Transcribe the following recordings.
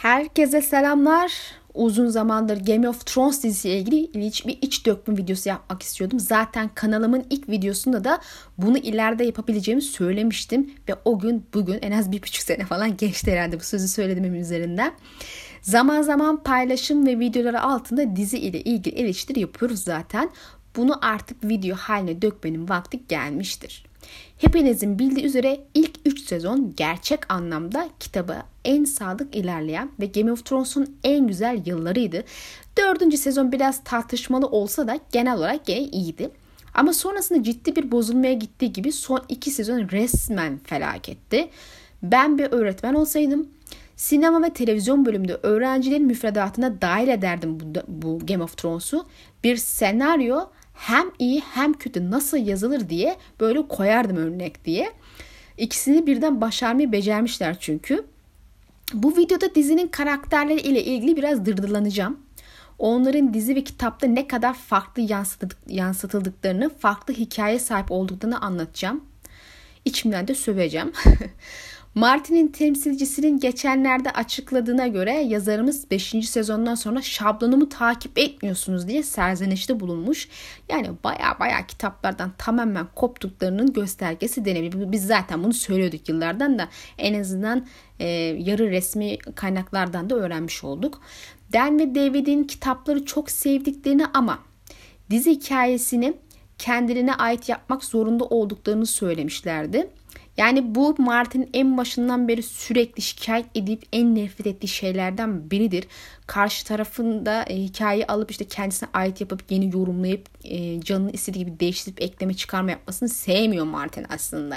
Herkese selamlar. Uzun zamandır Game of Thrones dizisiyle ilgili bir iç dökme videosu yapmak istiyordum. Zaten kanalımın ilk videosunda da bunu ileride yapabileceğimi söylemiştim. Ve o gün bugün en az 1,5 sene falan geçti herhalde bu sözü söylediğim üzerinden. Zaman zaman paylaşım ve videoları altında dizi ile ilgili eleştiri yapıyoruz zaten. Bunu artık video haline dökmenin vakti gelmiştir. Hepinizin bildiği üzere ilk 3 sezon gerçek anlamda kitaba en sadık ilerleyen ve Game of Thrones'un en güzel yıllarıydı. 4. sezon biraz tartışmalı olsa da genel olarak gene iyiydi. Ama sonrasında ciddi bir bozulmaya gittiği gibi son 2 sezon resmen felaketti. Ben bir öğretmen olsaydım sinema ve televizyon bölümünde öğrencilerin müfredatına dahil ederdim bu Game of Thrones'u. Bir senaryo hem iyi hem kötü nasıl yazılır diye böyle koyardım örnek diye. İkisini birden başarmayı becermişler çünkü. Bu videoda dizinin karakterleri ile ilgili biraz dırdırlanacağım. Onların dizi ve kitapta ne kadar farklı yansıtıldıklarını, farklı hikaye sahip olduklarını anlatacağım. İçimden de söveceğim. Martin'in temsilcisinin geçenlerde açıkladığına göre yazarımız 5. sezondan sonra şablonumu takip etmiyorsunuz diye serzenişte bulunmuş. Yani baya kitaplardan tamamen koptuklarının göstergesi denebilir. Biz zaten bunu söylüyorduk yıllardan da en azından yarı resmi kaynaklardan da öğrenmiş olduk. Dan ve David'in kitapları çok sevdiklerini ama dizi hikayesini kendilerine ait yapmak zorunda olduklarını söylemişlerdi. Yani bu Martin en başından beri sürekli şikayet edip en nefret ettiği şeylerden biridir. Karşı tarafında hikayeyi alıp işte kendisine ait yapıp yeni yorumlayıp canını istediği gibi değiştirip ekleme çıkarma yapmasını sevmiyor Martin aslında.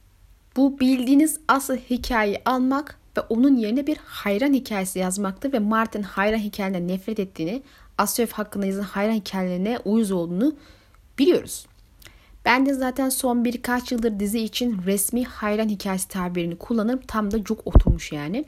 Bu bildiğiniz asıl hikayeyi almak ve onun yerine bir hayran hikayesi yazmaktır ve Martin hayran hikayelerinden nefret ettiğini, Asyaf hakkında yazılan hayran hikayelerine uyuz olduğunu biliyoruz. Ben de zaten son birkaç yıldır dizi için resmi hayran hikayesi tabirini kullanırım. Tam da çok oturmuş yani.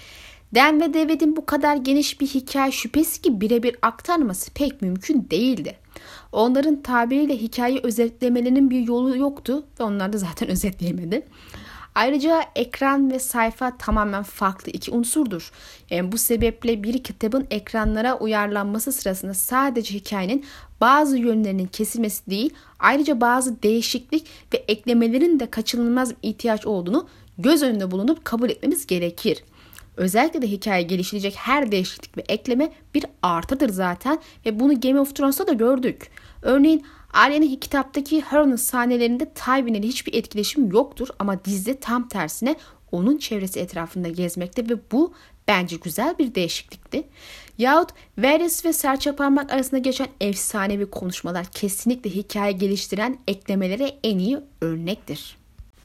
Dan ve David'in bu kadar geniş bir hikaye şüphesiz ki birebir aktarması pek mümkün değildi. Onların tabiriyle hikayeyi özetlemelerinin bir yolu yoktu ve onlar da zaten özetleyemedi. Ayrıca ekran ve sayfa tamamen farklı iki unsurdur. Yani bu sebeple bir kitabın ekranlara uyarlanması sırasında sadece hikayenin bazı yönlerinin kesilmesi değil, ayrıca bazı değişiklik ve eklemelerin de kaçınılmaz bir ihtiyaç olduğunu göz önünde bulunup kabul etmemiz gerekir. Özellikle de hikaye geliştirecek her değişiklik ve ekleme bir artıdır zaten ve bunu Game of Thrones'ta da gördük. Örneğin Arya'nın kitaptaki Harren'ın sahnelerinde Tywin ile hiçbir etkileşim yoktur ama dizide tam tersine onun çevresi etrafında gezmekte ve bu bence güzel bir değişiklikti. Yahut Varys ve serçe parmak arasında geçen efsanevi konuşmalar kesinlikle hikaye geliştiren eklemelere en iyi örnektir.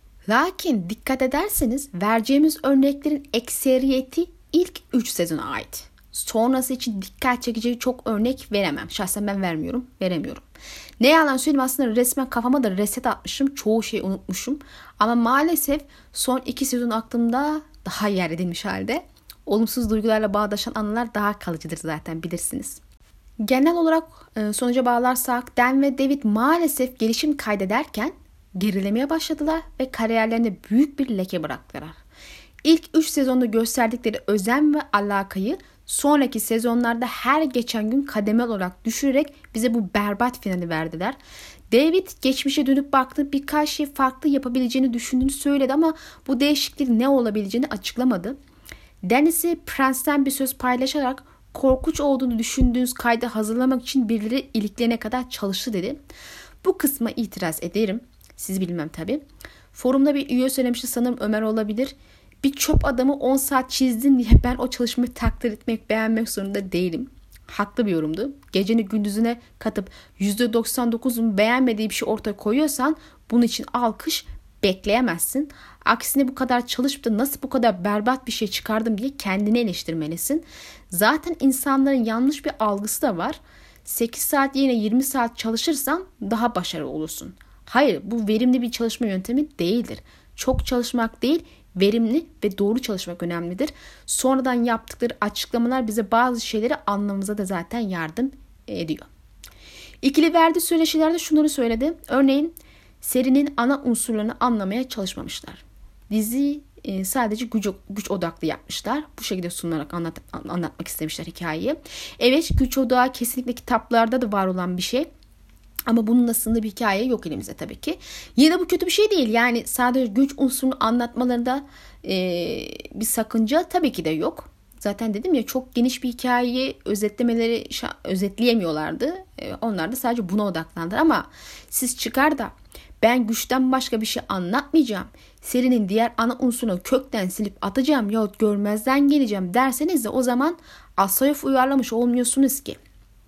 Lakin dikkat ederseniz vereceğimiz örneklerin ekseriyeti ilk 3 sezona ait. Sonrası için dikkat çekici çok örnek veremem. Şahsen ben veremiyorum. Ne yalan söyleyeyim aslında resmen kafama da reset atmışım. Çoğu şeyi unutmuşum. Ama maalesef son 2 sezon aklımda daha yer edilmiş halde. Olumsuz duygularla bağdaşan anılar daha kalıcıdır zaten bilirsiniz. Genel olarak sonuca bağlarsak Dan ve David maalesef gelişim kaydederken gerilemeye başladılar ve kariyerlerinde büyük bir leke bıraktılar. İlk 3 sezonda gösterdikleri özen ve alakayı sonraki sezonlarda her geçen gün kademeli olarak düşürerek bize bu berbat finali verdiler. David geçmişe dönüp baktı, birkaç şey farklı yapabileceğini düşündüğünü söyledi ama bu değişikliğin ne olabileceğini açıklamadı. Dan ise Prence'ten bir söz paylaşarak korkunç olduğunu düşündüğünüz kaydı hazırlamak için birileri iliklerine kadar çalıştı dedi. Bu kısma itiraz ederim. Siz bilmem tabii. Forumda bir üye söylemişti, sanırım Ömer olabilir. Bir çöp adamı 10 saat çizdin diye ben o çalışmayı takdir etmek, beğenmek zorunda değilim. Haklı bir yorumdu. Geceni gündüzüne katıp %99'un beğenmediği bir şey ortaya koyuyorsan bunun için alkış bekleyemezsin. Aksine bu kadar çalışıp da nasıl bu kadar berbat bir şey çıkardım diye kendini eleştirmelisin. Zaten insanların yanlış bir algısı da var. 8 saat yerine 20 saat çalışırsan daha başarılı olursun. Hayır, bu verimli bir çalışma yöntemi değildir. Çok çalışmak değil, verimli ve doğru çalışmak önemlidir. Sonradan yaptıkları açıklamalar bize bazı şeyleri anlamamıza da zaten yardım ediyor. İkili verdiği söyleşilerde şunları söyledi. Örneğin serinin ana unsurlarını anlamaya çalışmamışlar. Dizi sadece güç odaklı yapmışlar. Bu şekilde sunularak anlatmak istemişler hikayeyi. Evet, güç odağı kesinlikle kitaplarda da var olan bir şey. Ama bunun aslında bir hikaye yok elimizde tabii ki. Yine de bu kötü bir şey değil. Yani sadece güç unsurunu anlatmalarında bir sakınca tabii ki de yok. Zaten dedim ya, çok geniş bir hikayeyi özetleyemiyorlardı. Onlar da sadece buna odaklandılar. Ama siz çıkar da ben güçten başka bir şey anlatmayacağım, serinin diğer ana unsurunu kökten silip atacağım yahut görmezden geleceğim derseniz de o zaman Asayof uyarlamış olmuyorsunuz ki.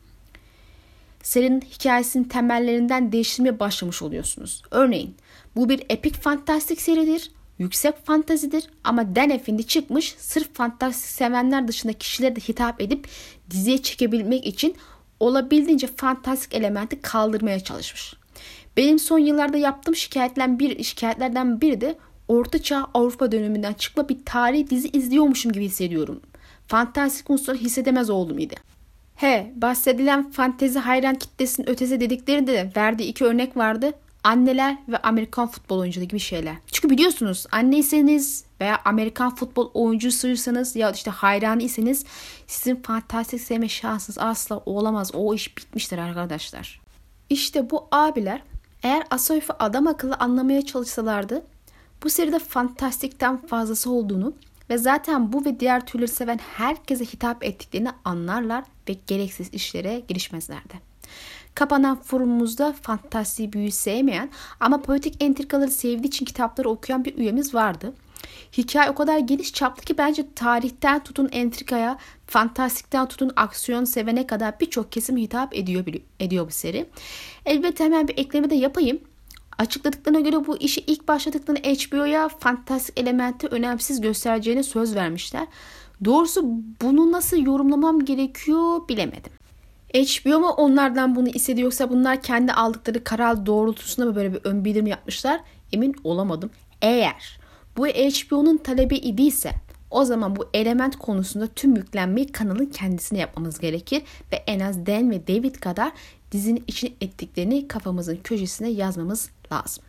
Serinin hikayesinin temellerinden değiştirmeye başlamış oluyorsunuz. Örneğin bu bir epik fantastik seridir. Yüksek fantazidir ama Dan Effendi çıkmış sırf fantastik sevenler dışında kişilere de hitap edip diziye çekebilmek için olabildiğince fantastik elementi kaldırmaya çalışmış. Benim son yıllarda yaptığım şikayetlerden biri de Ortaçağ Avrupa döneminden çıkma bir tarihi dizi izliyormuşum gibi hissediyorum. Fantastik unsur hissedemez oldum idi. Bahsedilen fantezi hayran kitlesinin ötesi dediklerinde de verdiği 2 örnek vardı. Anneler ve Amerikan futbol oyuncuları gibi şeyler. Çünkü biliyorsunuz, anneyseniz veya Amerikan futbol oyuncusuysanız ya işte hayranıysanız sizin fantastik sevme şansınız asla olamaz. O iş bitmiştir arkadaşlar. İşte bu abiler eğer Asayoff'u adam akıllı anlamaya çalışsalardı bu seride fantastikten fazlası olduğunu ve zaten bu ve diğer türleri seven herkese hitap ettiklerini anlarlar ve gereksiz işlere girişmezlerdi. Kapanan forumumuzda fantastik büyü sevmeyen ama politik entrikaları sevdiği için kitapları okuyan bir üyemiz vardı. Hikaye o kadar geniş çaplı ki bence tarihten tutun entrikaya, fantastikten tutun aksiyon sevene kadar birçok kesime hitap ediyor bu seri. Elbette hemen bir ekleme de yapayım. Açıkladıklarına göre bu işi ilk başladıklarında HBO'ya fantastik elementi önemsiz göstereceğine söz vermişler. Doğrusu bunu nasıl yorumlamam gerekiyor bilemedim. HBO mu onlardan bunu istedi yoksa bunlar kendi aldıkları karar doğrultusunda mı böyle bir ön bildirim yapmışlar? Emin olamadım. Eğer bu HBO'nun talebi idiyse o zaman bu element konusunda tüm yüklenmeyi kanalın kendisine yapmamız gerekir ve en az Dan ve David kadar dizinin içine ettiklerini kafamızın köşesine yazmamız lazım.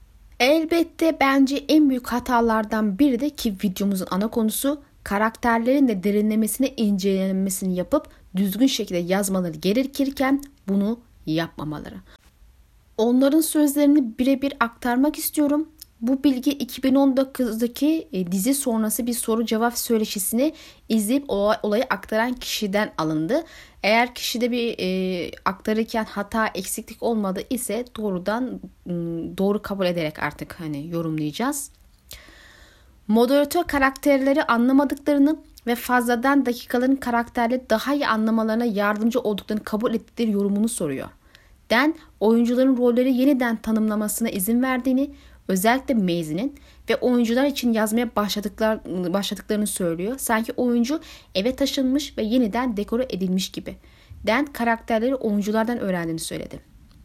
Elbette bence en büyük hatalardan biri de ki videomuzun ana konusu karakterlerin de derinlemesine incelenmesini yapıp düzgün şekilde yazmaları gerekirken bunu yapmamaları. Onların sözlerini birebir aktarmak istiyorum. Bu bilgi 2019'daki dizi sonrası bir soru cevap söyleşisini izleyip olayı aktaran kişiden alındı. Eğer kişide bir aktarırken hata eksiklik olmadı ise doğru kabul ederek artık yorumlayacağız. Moderatör karakterleri anlamadıklarını ve fazladan dakikaların karakterleri daha iyi anlamalarına yardımcı olduklarını kabul ettikleri yorumunu soruyor. Dan oyuncuların rolleri yeniden tanımlamasına izin verdiğini, özellikle Maisie'nin ve oyuncular için yazmaya başladıklarını söylüyor. Sanki oyuncu eve taşınmış ve yeniden dekore edilmiş gibi. Dan karakterleri oyunculardan öğrendiğini söyledi.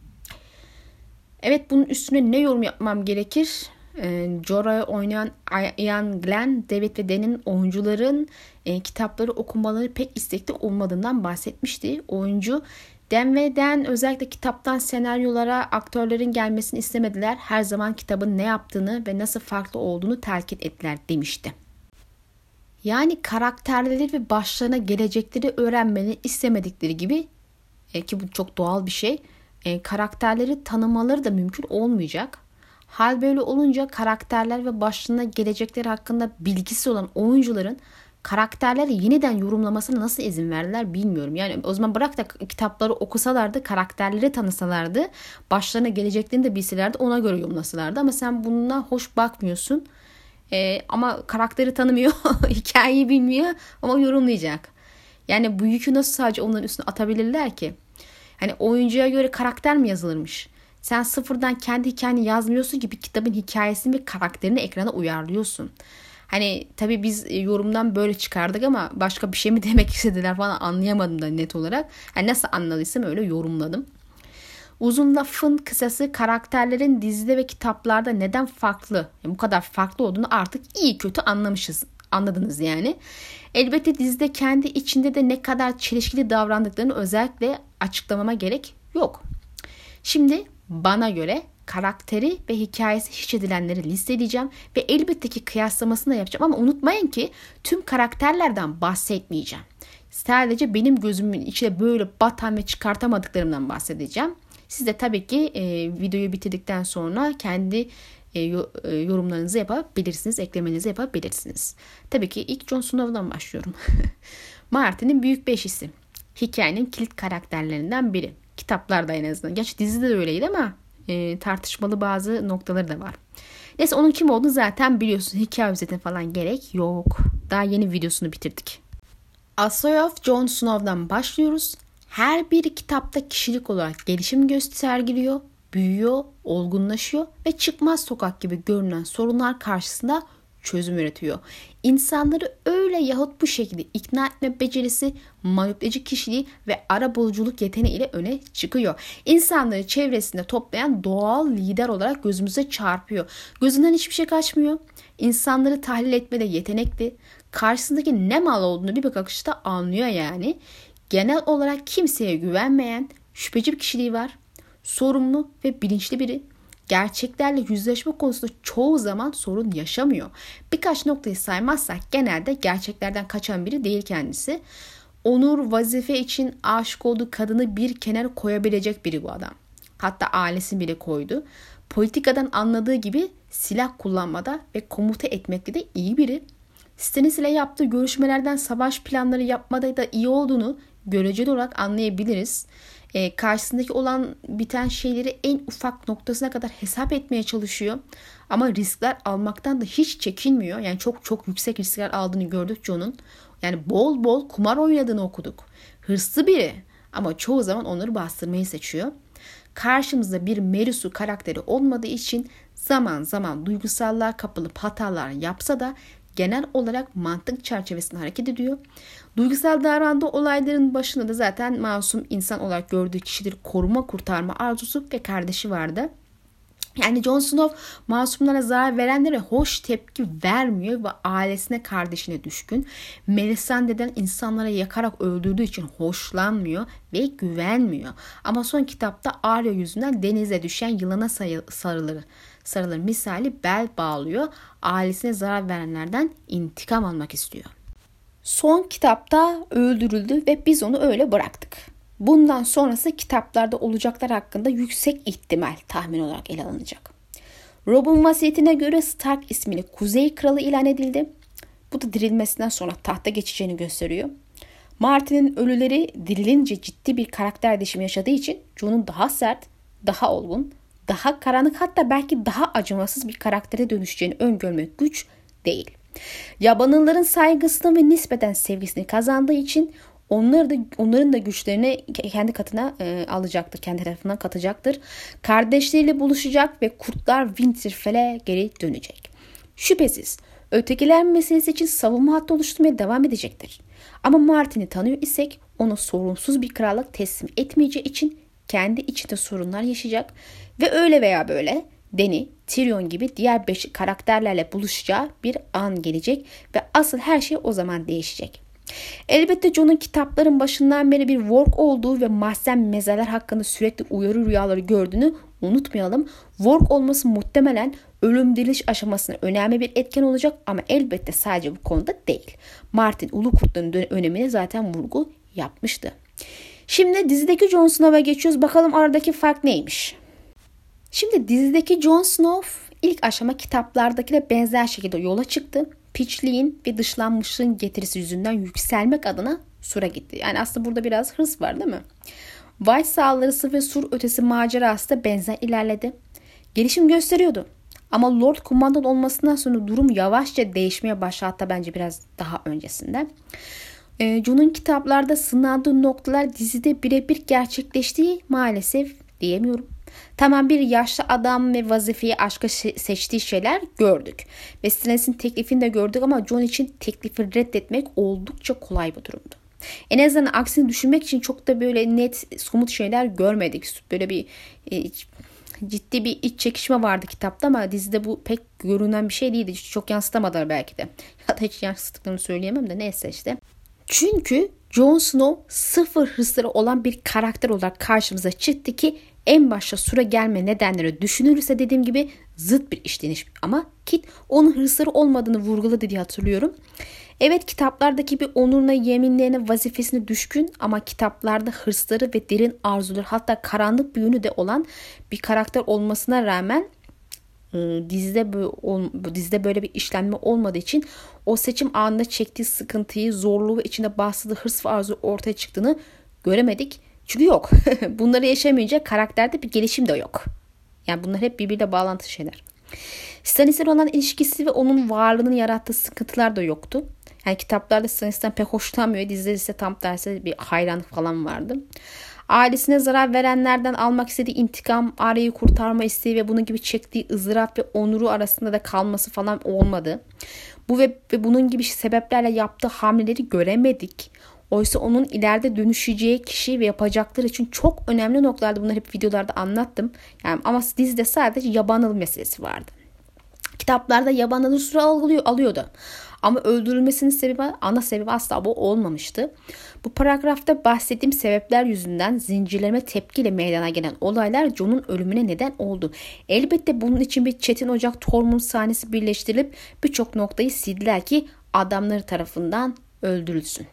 Evet, bunun üstüne ne yorum yapmam gerekir? Jorah'ı oynayan Ian Glen, David ve Dan'in oyuncuların kitapları okumaları pek istekli olmadığından bahsetmişti. Oyuncu Dan özellikle kitaptan senaryolara aktörlerin gelmesini istemediler. Her zaman kitabın ne yaptığını ve nasıl farklı olduğunu telkin ettiler demişti. Yani karakterleri ve başlarına gelecekleri öğrenmeni istemedikleri gibi ki bu çok doğal bir şey. Karakterleri tanımaları da mümkün olmayacak. Hal böyle olunca karakterler ve başlarına gelecekleri hakkında bilgisi olan oyuncuların karakterleri yeniden yorumlamasına nasıl izin verdiler bilmiyorum. Yani o zaman bırak da kitapları okusalardı, karakterleri tanısalardı, başlarına geleceklerini de bilselerdi, ona göre yorumlasalardı. Ama sen bununla hoş bakmıyorsun. Ama karakteri tanımıyor, hikayeyi bilmiyor ama yorumlayacak. Yani bu yükü nasıl sadece onların üstüne atabilirler ki? Hani oyuncuya göre karakter mi yazılırmış? Sen sıfırdan kendi hikayeni yazmıyorsun ki bir kitabın hikayesini ve karakterini ekrana uyarlıyorsun. Hani tabii biz yorumdan böyle çıkardık ama başka bir şey mi demek istediler falan anlayamadım da net olarak. Yani nasıl anladıysam öyle yorumladım. Uzun lafın kısası, karakterlerin dizide ve kitaplarda neden farklı, bu kadar farklı olduğunu artık iyi kötü anladınız yani. Elbette dizide kendi içinde de ne kadar çelişkili davrandıklarını özellikle açıklamama gerek yok. Şimdi bana göre karakteri ve hikayesi hiç edilenleri listeleyeceğim ve elbette ki kıyaslamasını da yapacağım ama unutmayın ki tüm karakterlerden bahsetmeyeceğim. Sadece benim gözümün içine böyle batan ve çıkartamadıklarımdan bahsedeceğim. Siz de tabii ki videoyu bitirdikten sonra kendi yorumlarınızı yapabilirsiniz, eklemenizi yapabilirsiniz. Tabii ki ilk Jon Snow'dan başlıyorum. Martin'in büyük beşisi. Hikayenin kilit karakterlerinden biri. Kitaplarda en azından. Gerçi dizide de öyleydi ama tartışmalı bazı noktaları da var. Neyse onun kim olduğunu zaten biliyorsunuz. Hikaye özetine falan gerek yok. Daha yeni videosunu bitirdik. A Story of Jon Snow'dan başlıyoruz. Her bir kitapta kişilik olarak gelişim gösteriliyor, büyüyor, olgunlaşıyor ve çıkmaz sokak gibi görünen sorunlar karşısında çözüm üretiyor. İnsanları öyle yahut bu şekilde ikna etme becerisi, manipüleci kişiliği ve arabuluculuk yeteneğiyle öne çıkıyor. İnsanları çevresinde toplayan doğal lider olarak gözümüze çarpıyor. Gözünden hiçbir şey kaçmıyor. İnsanları tahlil etmede yetenekli. Karşısındaki ne mal olduğunu bir bakışta anlıyor yani. Genel olarak kimseye güvenmeyen, şüpheci bir kişiliği var. Sorumlu ve bilinçli biri. Gerçeklerle yüzleşme konusunda çoğu zaman sorun yaşamıyor. Birkaç noktayı saymazsak genelde gerçeklerden kaçan biri değil kendisi. Onur, vazife için aşık olduğu kadını bir kenara koyabilecek biri bu adam. Hatta ailesini bile koydu. Politikadan anladığı gibi silah kullanmada ve komuta etmekte de iyi biri. Stannis ile yaptığı görüşmelerden savaş planları yapmada da iyi olduğunu göreceli olarak anlayabiliriz. Karşısındaki olan biten şeyleri en ufak noktasına kadar hesap etmeye çalışıyor. Ama riskler almaktan da hiç çekinmiyor. Yani çok çok yüksek riskler aldığını gördük Jon'un. Yani bol bol kumar oynadığını okuduk. Hırslı biri ama çoğu zaman onları bastırmayı seçiyor. Karşımızda bir Merusu karakteri olmadığı için zaman zaman duygusallığa kapılıp hatalar yapsa da genel olarak mantık çerçevesinde hareket ediyor. Duygusal davrandığı olayların başında da zaten masum insan olarak gördüğü kişileri koruma kurtarma arzusu ve kardeşi vardı. Yani Jon Snow masumlara zarar verenlere hoş tepki vermiyor ve ailesine, kardeşine düşkün. Melisandre'den insanlara yakarak öldürdüğü için hoşlanmıyor ve güvenmiyor. Ama son kitapta Arya yüzünden denize düşen yılana sarılır misali bel bağlıyor. Ailesine zarar verenlerden intikam almak istiyor. Son kitapta öldürüldü ve biz onu öyle bıraktık. Bundan sonrası kitaplarda olacaklar hakkında yüksek ihtimal tahmin olarak ele alınacak. Robb'un vasiyetine göre Stark ismini Kuzey Kralı ilan edildi. Bu da dirilmesinden sonra tahta geçeceğini gösteriyor. Martin'in ölüleri dirilince ciddi bir karakter değişimi yaşadığı için Jon'un daha sert, daha olgun, daha karanlık hatta belki daha acımasız bir karaktere dönüşeceğini öngörmek güç değil. Yabanılların saygısını ve nispeten sevgisini kazandığı için onların da güçlerini kendi katına alacaktır. Kendi tarafından katacaktır. Kardeşleriyle buluşacak ve kurtlar Winterfell'e geri dönecek. Şüphesiz ötekiler meselesi için savunma hattı oluşturmaya devam edecektir. Ama Martin'i tanıyor isek onu sorunsuz bir krallık teslim etmeyeceği için kendi içinde sorunlar yaşayacak ve öyle veya böyle Dany, Tyrion gibi diğer 5 karakterlerle buluşacağı bir an gelecek ve asıl her şey o zaman değişecek. Elbette Jon'un kitapların başından beri bir Warg olduğu ve mahzen mezarlar hakkında sürekli uyarı rüyaları gördüğünü unutmayalım. Warg olması muhtemelen ölüm diriliş aşamasında önemli bir etken olacak ama elbette sadece bu konuda değil. Martin Ulu Kurtların önemine zaten vurgu yapmıştı. Şimdi dizideki Jon Snow'a geçiyoruz. Bakalım aradaki fark neymiş? Şimdi dizideki Jon Snow ilk aşama kitaplardakiyle benzer şekilde yola çıktı. Piçliğin ve dışlanmışlığın getirisi yüzünden yükselmek adına Sur'a gitti. Yani aslında burada biraz hırs var değil mi? White saldırısı ve Sur ötesi macerası da benzer ilerledi. Gelişim gösteriyordu. Ama Lord Kumandan olmasından sonra durum yavaşça değişmeye başladı, hatta bence biraz daha öncesinde. Jon'un kitaplarda sınadığı noktalar dizide birebir gerçekleştiği maalesef diyemiyorum. Tamam, bir yaşlı adam ve vazifeyi aşka seçtiği şeyler gördük. Ve Stannis'in teklifini de gördük ama Jon için teklifi reddetmek oldukça kolay bir durumdu. En azından aksini düşünmek için çok da böyle net, somut şeyler görmedik. Böyle bir ciddi bir iç çekişme vardı kitapta ama dizide bu pek görünen bir şey değildi. Çok yansıtamadılar belki de. Ya da hiç yansıttıklarını söyleyemem de neyse işte. Çünkü Jon Snow sıfır hırsları olan bir karakter olarak karşımıza çıktı ki En başta Sur'a gelme nedenleri düşünülürse dediğim gibi zıt bir işleniş. Ama Kit onun hırsları olmadığını vurguladı diye hatırlıyorum. Evet, kitaplardaki bir onuruna, yeminlerine, vazifesine düşkün ama kitaplarda hırsları ve derin arzuları, hatta karanlık bir yönü de olan bir karakter olmasına rağmen dizide böyle bir işlenme olmadığı için o seçim anında çektiği sıkıntıyı, zorluğu ve içinde bastığı hırs ve arzu ortaya çıktığını göremedik. Çünkü yok. Bunları yaşamayınca karakterde bir gelişim de yok. Yani bunlar hep birbiriyle bağlantılı şeyler. Stannis'le olan ilişkisi ve onun varlığının yarattığı sıkıntılar da yoktu. Yani kitaplarda Stannis'ten pek hoşlanmıyor. Dizide ise tam tersi bir hayranlık falan vardı. Ailesine zarar verenlerden almak istediği intikam, Arya'yı kurtarma isteği ve bunun gibi çektiği ızdırap ve onuru arasında da kalması falan olmadı. Bu ve bunun gibi sebeplerle yaptığı hamleleri göremedik. Oysa onun ileride dönüşeceği kişi ve yapacakları için çok önemli noktalarda, bunları hep videolarda anlattım. Yani ama dizide sadece yabanıl meselesi vardı. Kitaplarda yabanılır süre alıyordu. Ama öldürülmesinin sebebi, ana sebebi asla bu olmamıştı. Bu paragrafta bahsettiğim sebepler yüzünden zincirleme tepkiyle meydana gelen olaylar Jon'un ölümüne neden oldu. Elbette bunun için bir Çetin Ocak Tormund sahnesi birleştirilip birçok noktayı sildiler ki adamları tarafından öldürülsün.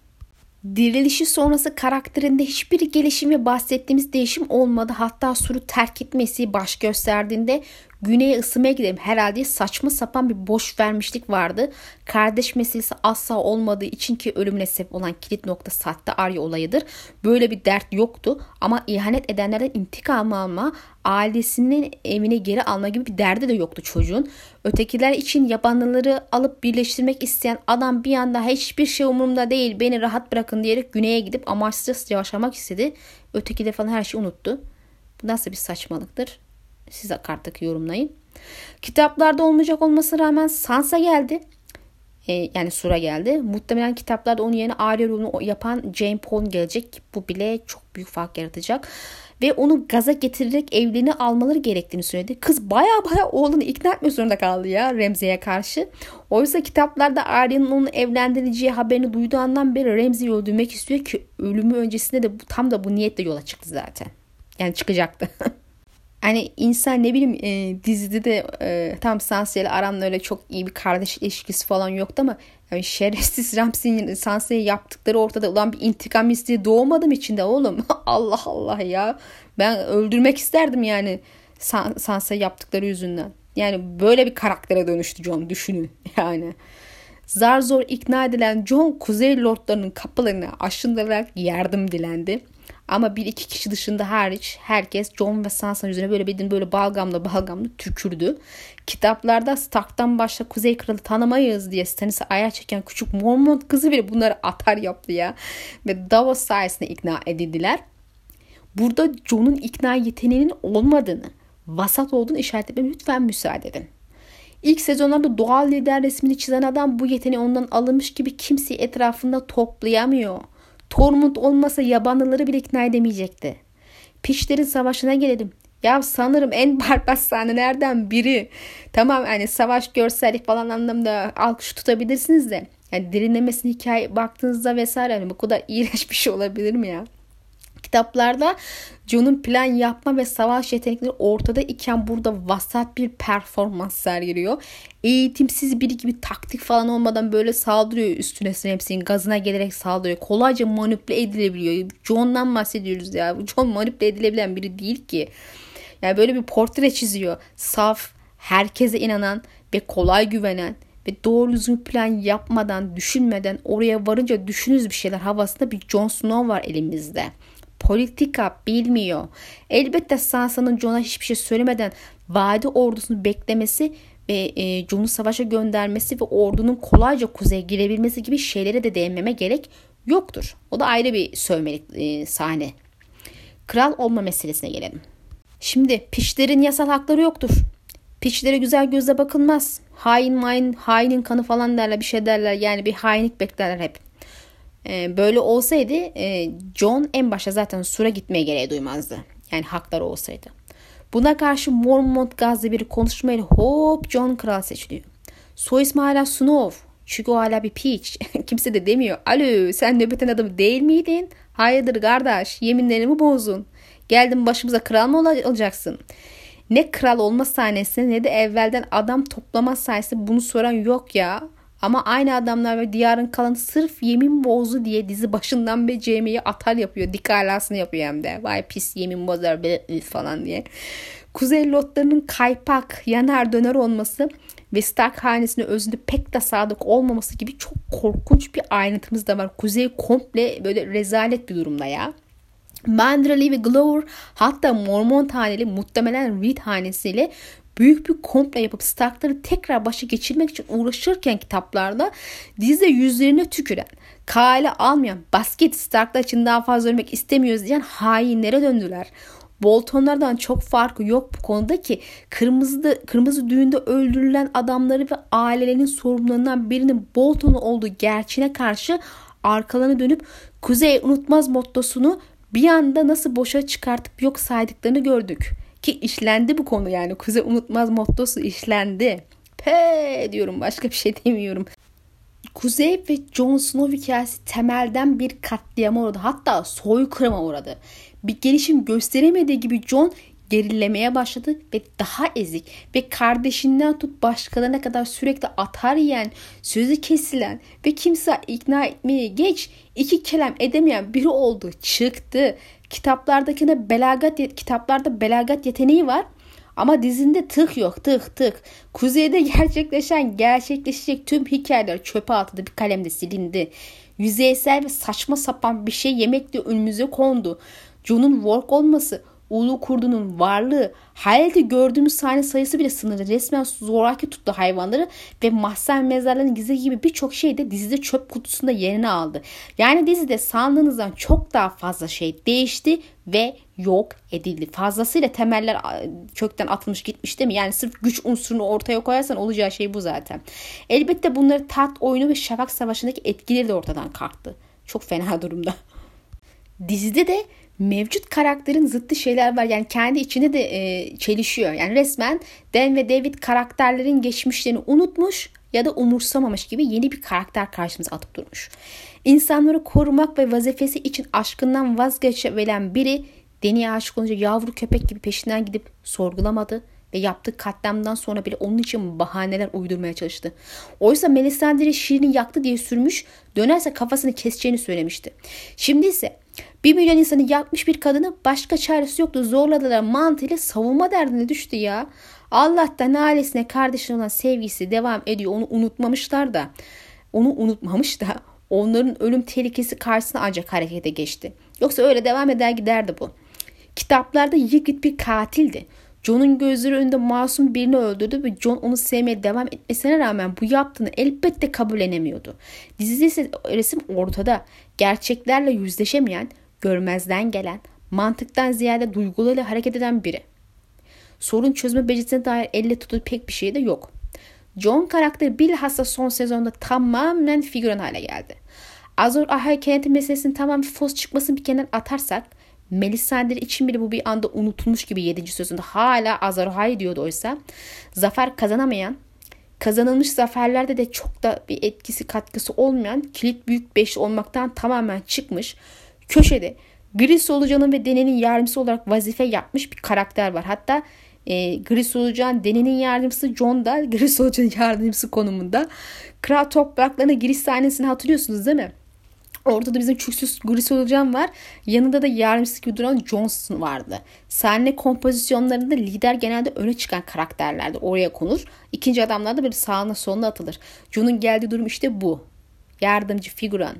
Dirilişi sonrası karakterinde hiçbir gelişim ve bahsettiğimiz değişim olmadı. Hatta Sur'u terk etmesi baş gösterdiğinde güneye ısınmaya gidelim herhalde saçma sapan bir boş vermişlik vardı. Kardeş meselesi asla olmadığı için ki ölümüne sebep olan kilit nokta sahte Arya olayıdır. Böyle bir dert yoktu ama ihanet edenlerden intikam alma, ailesinin evine geri alma gibi bir derdi de yoktu çocuğun. Ötekiler için yabanlıları alıp birleştirmek isteyen adam bir anda hiçbir şey umurumda değil, beni rahat bırakın diyerek güneye gidip amaçsız yaşamak istedi. Ötekiler falan her şeyi unuttu. Bu nasıl bir saçmalıktır? Siz artık yorumlayın. Kitaplarda olmayacak olmasına rağmen Sansa geldi. Yani Sur'a geldi. Muhtemelen kitaplarda onun yerine Arya rolünü yapan Jane Paul gelecek. Bu bile çok büyük fark yaratacak. Ve onu gaza getirerek evliliğini almaları gerektiğini söyledi. Kız baya oğlunu ikna etmek zorunda kaldı ya Ramsay'e karşı. Oysa kitaplarda Arya'nın onu evlendireceği haberini duyduğu andan beri Ramsay'i öldürmek istiyor ki ölümü öncesinde de tam da bu niyetle yola çıktı zaten. Yani çıkacaktı. Hani insan ne bileyim dizide de tam Sansa ile aramda öyle çok iyi bir kardeş ilişkisi falan yoktu ama yani şerefsiz Ramsay'in Sansa'ya yaptıkları ortada olan bir intikam isteği doğmadım içinde oğlum. Allah Allah ya. Ben öldürmek isterdim yani Sansa'ya yaptıkları yüzünden. Yani böyle bir karaktere dönüştü Jon, düşünün yani. Zar zor ikna edilen Jon Kuzey Lordlarının kapılarını aşındırarak yardım dilendi. Ama bir iki kişi dışında hariç herkes Jon ve Sansa yüzüne böyle balgamla tükürdü. Kitaplarda Stark'tan başla Kuzey Kralı tanımayız diye Stannis'e ayar çeken küçük Mormont kızı bile bunları atar yaptı ya. Ve Davos sayesinde ikna edildiler. Burada Jon'un ikna yeteneğinin olmadığını, vasat olduğunu işaret etmeme lütfen müsaade edin. İlk sezonlarda doğal lider resmini çizen adam bu yeteneği ondan alınmış gibi kimseyi etrafında toplayamıyor. Tormund olmasa yabanlıları bile ikna edemeyecekti. Pişlerin savaşına gelelim. Ya sanırım en barbaros sahnelerden biri. Tamam yani savaş görsellik falan anlamda alkış tutabilirsiniz de. Yani derinlemesine hikaye baktığınızda vesaire hani bu kadar iğrenç bir şey olabilir mi ya? Kitaplarda Jon'un plan yapma ve savaş yetenekleri ortada iken burada vasat bir performans sergiliyor. Eğitimsiz biri gibi taktik falan olmadan böyle saldırıyor üstüne hepsinin gazına gelerek saldırıyor. Kolayca manipüle edilebiliyor. Jon'dan bahsediyoruz ya. Jon manipüle edilebilen biri değil ki. Yani böyle bir portre çiziyor. Saf, herkese inanan ve kolay güvenen ve doğru düzgün plan yapmadan, düşünmeden oraya varınca düşünürüz bir şeyler havasında bir Jon Snow var elimizde. Politika bilmiyor. Elbette Sansa'nın Jon'a hiçbir şey söylemeden vadi ordusunu beklemesi ve Jon'u savaşa göndermesi ve ordunun kolayca kuzeye girebilmesi gibi şeylere de değinmeme gerek yoktur. O da ayrı bir sövmelik sahne. Kral olma meselesine gelelim. Şimdi piçlerin yasal hakları yoktur. Piçlere güzel gözle bakılmaz. Hainin kanı falan derler, bir şey derler. Yani bir hainlik beklerler hep. Böyle olsaydı Jon en başta zaten Sur'a gitmeye gereği duymazdı. Yani hakları olsaydı. Buna karşı Mormont gazlı bir konuşmayla hop Jon kral seçiliyor. Soy ismi hala Snow. Çünkü o hala bir piç. Kimse de demiyor. Alo sen nöbetin adamı değil miydin? Hayırdır kardeş yeminlerini mi bozdun? Geldin başımıza kral mı olacaksın? Ne kral olma sahnesinde ne de evvelden adam toplama sahnesinde bunu soran yok ya. Ama aynı adamlar ve diyarın kalanı sırf yemin bozdu diye dizi başından beri Jaime'yi atar yapıyor. Dik alasını yapıyor hem de. Vay pis yemin bozar falan diye. Kuzey lotlarının kaypak, yanar döner olması ve Stark hanesine özünde pek de sadık olmaması gibi çok korkunç bir ayrıntımız da var. Kuzey komple böyle rezalet bir durumda ya. Manderly ve Glover hatta Mormont haneli muhtemelen Reed hanesiyle büyük bir komple yapıp Stark'ları tekrar başa geçirmek için uğraşırken kitaplarda dizide yüzlerine tüküren, kale almayan, basket Stark'lar için daha fazla ölmek istemiyoruz diyen hainlere döndüler. Boltonlardan çok farkı yok bu konuda ki kırmızı düğünde öldürülen adamları ve ailelerinin sorumlulığından birinin Bolton olduğu gerçeğine karşı arkalarına dönüp Kuzey unutmaz mottosunu bir anda nasıl boşa çıkartıp yok saydıklarını gördük. Ki işlendi bu konu yani. Kuzey unutmaz mottosu işlendi. Diyorum, başka bir şey demiyorum. Kuzey ve Jon Snow hikayesi temelden bir katliama uğradı. Hatta soykırıma uğradı. Bir gelişim gösteremediği gibi Jon gerilemeye başladı ve daha ezik ve kardeşinden tut başkalarına kadar sürekli atar yiyen, sözü kesilen ve kimse ikna etmeye geç iki kelam edemeyen biri oldu. Çıktı. Kitaplarda belagat yeteneği var. Ama dizinde tık yok, tık. Kuzeyde gerçekleşecek tüm hikayeler çöpe atıldı, bir kalemde silindi. Yüzeysel ve saçma sapan bir şey yemekle önümüze kondu. Jon'un work olması, ulu kurdunun varlığı, hayalde gördüğümüz sahne sayısı bile sınırlı. Resmen zoraki tuttu hayvanları ve mahzen mezarların gizli gibi birçok şey de dizide çöp kutusunda yerini aldı. Yani dizide sandığınızdan çok daha fazla şey değişti ve yok edildi. Fazlasıyla temeller kökten atılmış gitmiş değil mi? Yani sırf güç unsurunu ortaya koyarsan olacağı şey bu zaten. Elbette bunları taht oyunu ve Şafak Savaşı'ndaki etkileri de ortadan kalktı. Çok fena durumda. Dizide de mevcut karakterin zıttı şeyler var. Yani kendi içinde de çelişiyor. Yani resmen Dan ve David karakterlerin geçmişlerini unutmuş ya da umursamamış gibi yeni bir karakter karşımıza atıp durmuş. İnsanları korumak ve vazifesi için aşkından vazgeçebilen biri Dany'e aşık olunca yavru köpek gibi peşinden gidip sorgulamadı ve yaptığı katliamdan sonra bile onun için bahaneler uydurmaya çalıştı. Oysa Melisandre şiirini yaktı diye sürmüş, dönerse kafasını keseceğini söylemişti. Şimdi ise 1 milyon insanı yakmış bir kadını başka çaresi yoktu, zorladılar mantığıyla savunma derdine düştü ya. Allah'tan ailesine kardeşine olan sevgisi devam ediyor, onu unutmamış da onların ölüm tehlikesi karşısında ancak harekete geçti. Yoksa öyle devam eder giderdi bu. Kitaplarda Ygritte bir katildi. Jon'un gözleri önünde masum birini öldürdü ve Jon onu sevmeye devam etmesine rağmen bu yaptığını elbette kabullenemiyordu. Dizide ise resim ortada. Gerçeklerle yüzleşemeyen, görmezden gelen, mantıktan ziyade duygularıyla hareket eden biri. Sorun çözme becerisine dair elle tutulur pek bir şey de yok. Jon karakteri bilhassa son sezonda tamamen figüran hale geldi. Azor Ahai keneti meselesinin tamamen fos çıkmasını bir kenara atarsak, Melisandre için bile bu bir anda unutulmuş gibi 7. sözünde hala Azor Ahai diyordu oysa. Zafer kazanamayan, kazanılmış zaferlerde de çok da bir etkisi katkısı olmayan kilit büyük beşli olmaktan tamamen çıkmış, köşede Gris Solucan'ın ve Dany'nin yardımcısı olarak vazife yapmış bir karakter var. Hatta Gris Solucan Dany'nin yardımcısı, Jon da Gris Solucan'ın yardımcısı konumunda. Kral topraklarına giriş sahnesini hatırlıyorsunuz değil mi? Orada da bizim çüksüz Gris Solucan var. Yanında da yardımcısı gibi duran Jon vardı. Sahne kompozisyonlarında lider genelde öne çıkan karakterlerdi. Oraya konur. İkinci adamlar da böyle sağına soluna atılır. Jon'un geldiği durum işte bu. Yardımcı figüran.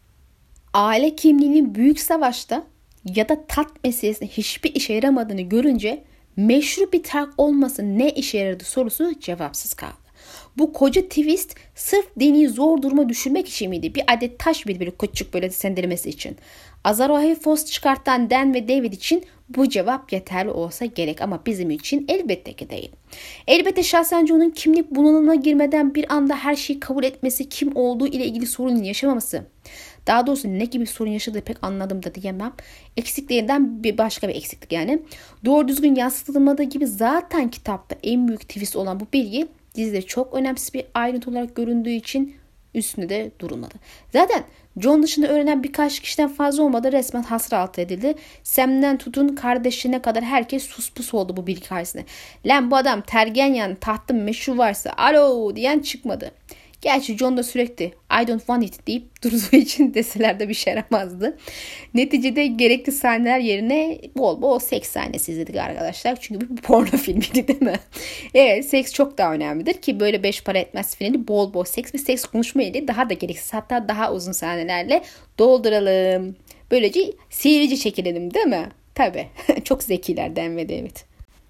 Aile kimliğinin büyük savaşta ya da tat meselesinde hiçbir işe yaramadığını görünce meşru bir tark olması ne işe yaradı sorusu cevapsız kaldı. Bu koca twist sırf Dany'yi zor duruma düşürmek için miydi? Bir adet taş birbiri küçük böyle sendelemesi için. Azor Ahai fos çıkartan Dan ve David için bu cevap yeterli olsa gerek ama bizim için elbette ki değil. Elbette şahsen Jon'un kimlik bunalımına girmeden bir anda her şeyi kabul etmesi, kim olduğu ile ilgili sorun yaşamaması. Daha doğrusu ne gibi sorun yaşadığı pek anladım da diyemem. Eksiklerinden başka bir eksiklik yani. Doğru düzgün yansıtılmadığı gibi zaten kitapta en büyük twist olan bu bilgi dizide çok önemsiz bir ayrıntı olarak göründüğü için Üstünde de durulmadı. Zaten John dışında öğrenen birkaç kişiden fazla olmadı, resmen hasır altı edildi. Sam'den tutun kardeşine kadar herkes suspus oldu bu bilgi karşısında. Lan bu adam Targaryen tahtın meşhur varsa alo diyen çıkmadı. Gerçi John da sürekli I don't want it deyip durduğu için deseler de bir şey yaramazdı. Neticede gerekli sahneler yerine bol bol seks sahnesi izledik arkadaşlar. Çünkü bir porno filmiydi değil mi? Evet, seks çok daha önemlidir ki böyle 5 para etmez filmini bol bol seks ve seks konuşma ile daha da gereksiz, hatta daha uzun sahnelerle dolduralım. Böylece seyirci çekilelim değil mi? Tabii. Çok zekiler denmedi, evet.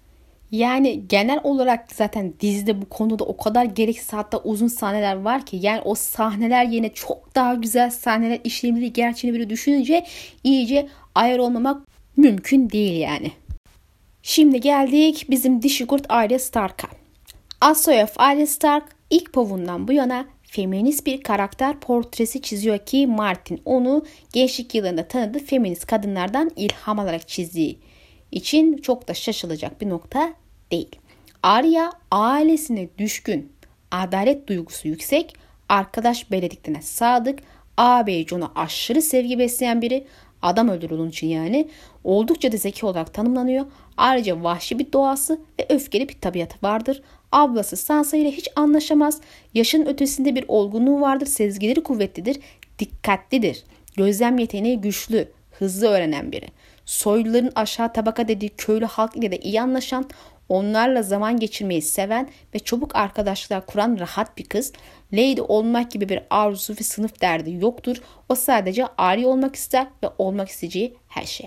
Yani genel olarak zaten dizide bu konuda o kadar gereksiz hatta uzun sahneler var ki, yani o sahneler yerine çok daha güzel sahneler işlemeli, gerçeğini böyle düşününce iyice ayar olmamak mümkün değil yani. Şimdi geldik bizim dişi kurt Arya Stark'a. Assoyaf Arya Stark ilk povundan bu yana feminist bir karakter portresi çiziyor ki Martin onu gençlik yıllarında tanıdığı feminist kadınlardan ilham alarak çizdiği için çok da şaşılacak bir nokta değil. Arya ailesine düşkün, adalet duygusu yüksek, arkadaş bellediklerine sadık, ağabeyi Jon'a aşırı sevgi besleyen biri, adam öldürür onun için yani. Oldukça da zeki olarak tanımlanıyor. Ayrıca vahşi bir doğası ve öfkeli bir tabiatı vardır. Ablası Sansa ile hiç anlaşamaz. Yaşın ötesinde bir olgunluğu vardır. Sezgileri kuvvetlidir. Dikkatlidir. Gözlem yeteneği güçlü. Hızlı öğrenen biri. Soyluların aşağı tabaka dediği köylü halk ile de iyi anlaşan, onlarla zaman geçirmeyi seven ve çabuk arkadaşlıklar kuran rahat bir kız. Lady olmak gibi bir arzusu ve sınıf derdi yoktur. O sadece Arya olmak ister ve olmak isteyeceği her şey.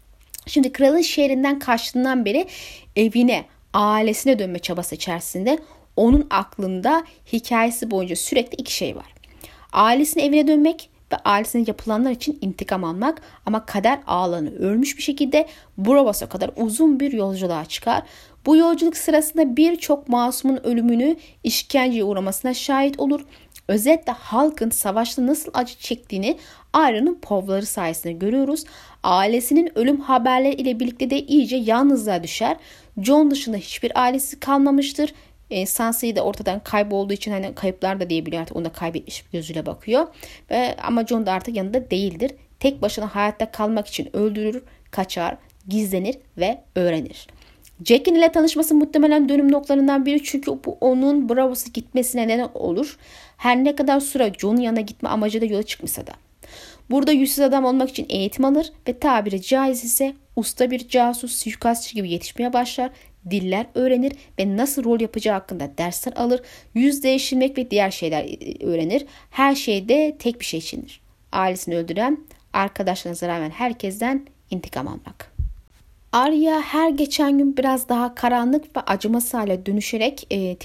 Şimdi kralın şehrinden kaçtığından beri evine, ailesine dönme çabası içerisinde onun aklında hikayesi boyunca sürekli iki şey var. Ailesinin evine dönmek ve ailesine yapılanlar için intikam almak, ama kader ağlarını örmüş bir şekilde Braavos'a kadar uzun bir yolculuğa çıkar. Bu yolculuk sırasında birçok masumun ölümünü, işkenceye uğramasına şahit olur. Özetle halkın savaşta nasıl acı çektiğini Arya'nın povları sayesinde görüyoruz. Ailesinin ölüm haberleri ile birlikte de iyice yalnızlığa düşer. Jon dışında hiçbir ailesi kalmamıştır. Sansa'yı da ortadan kaybolduğu için hani kayıplar da diyebiliyor, artık onu da kaybetmiş bir gözüyle bakıyor. Ama Jon da artık yanında değildir. Tek başına hayatta kalmak için öldürür, kaçar, gizlenir ve öğrenir. Jaqen ile tanışması muhtemelen dönüm noktalarından biri, çünkü bu onun Braavos'a gitmesine neden olur. Her ne kadar Sura Jon'un yanına gitme amacıyla yola çıkmışsa da. Burada yüzsüz adam olmak için eğitim alır ve tabiri caiz ise usta bir casus, suikastçı gibi yetişmeye başlar. Diller öğrenir ve nasıl rol yapacağı hakkında dersler alır. Yüz değiştirmek ve diğer şeyler öğrenir. Her şeyde tek bir şey içindir: ailesini öldüren, arkadaşlarına zarar veren herkesten intikam almak. Arya her geçen gün biraz daha karanlık ve acımasız hale dönüşerek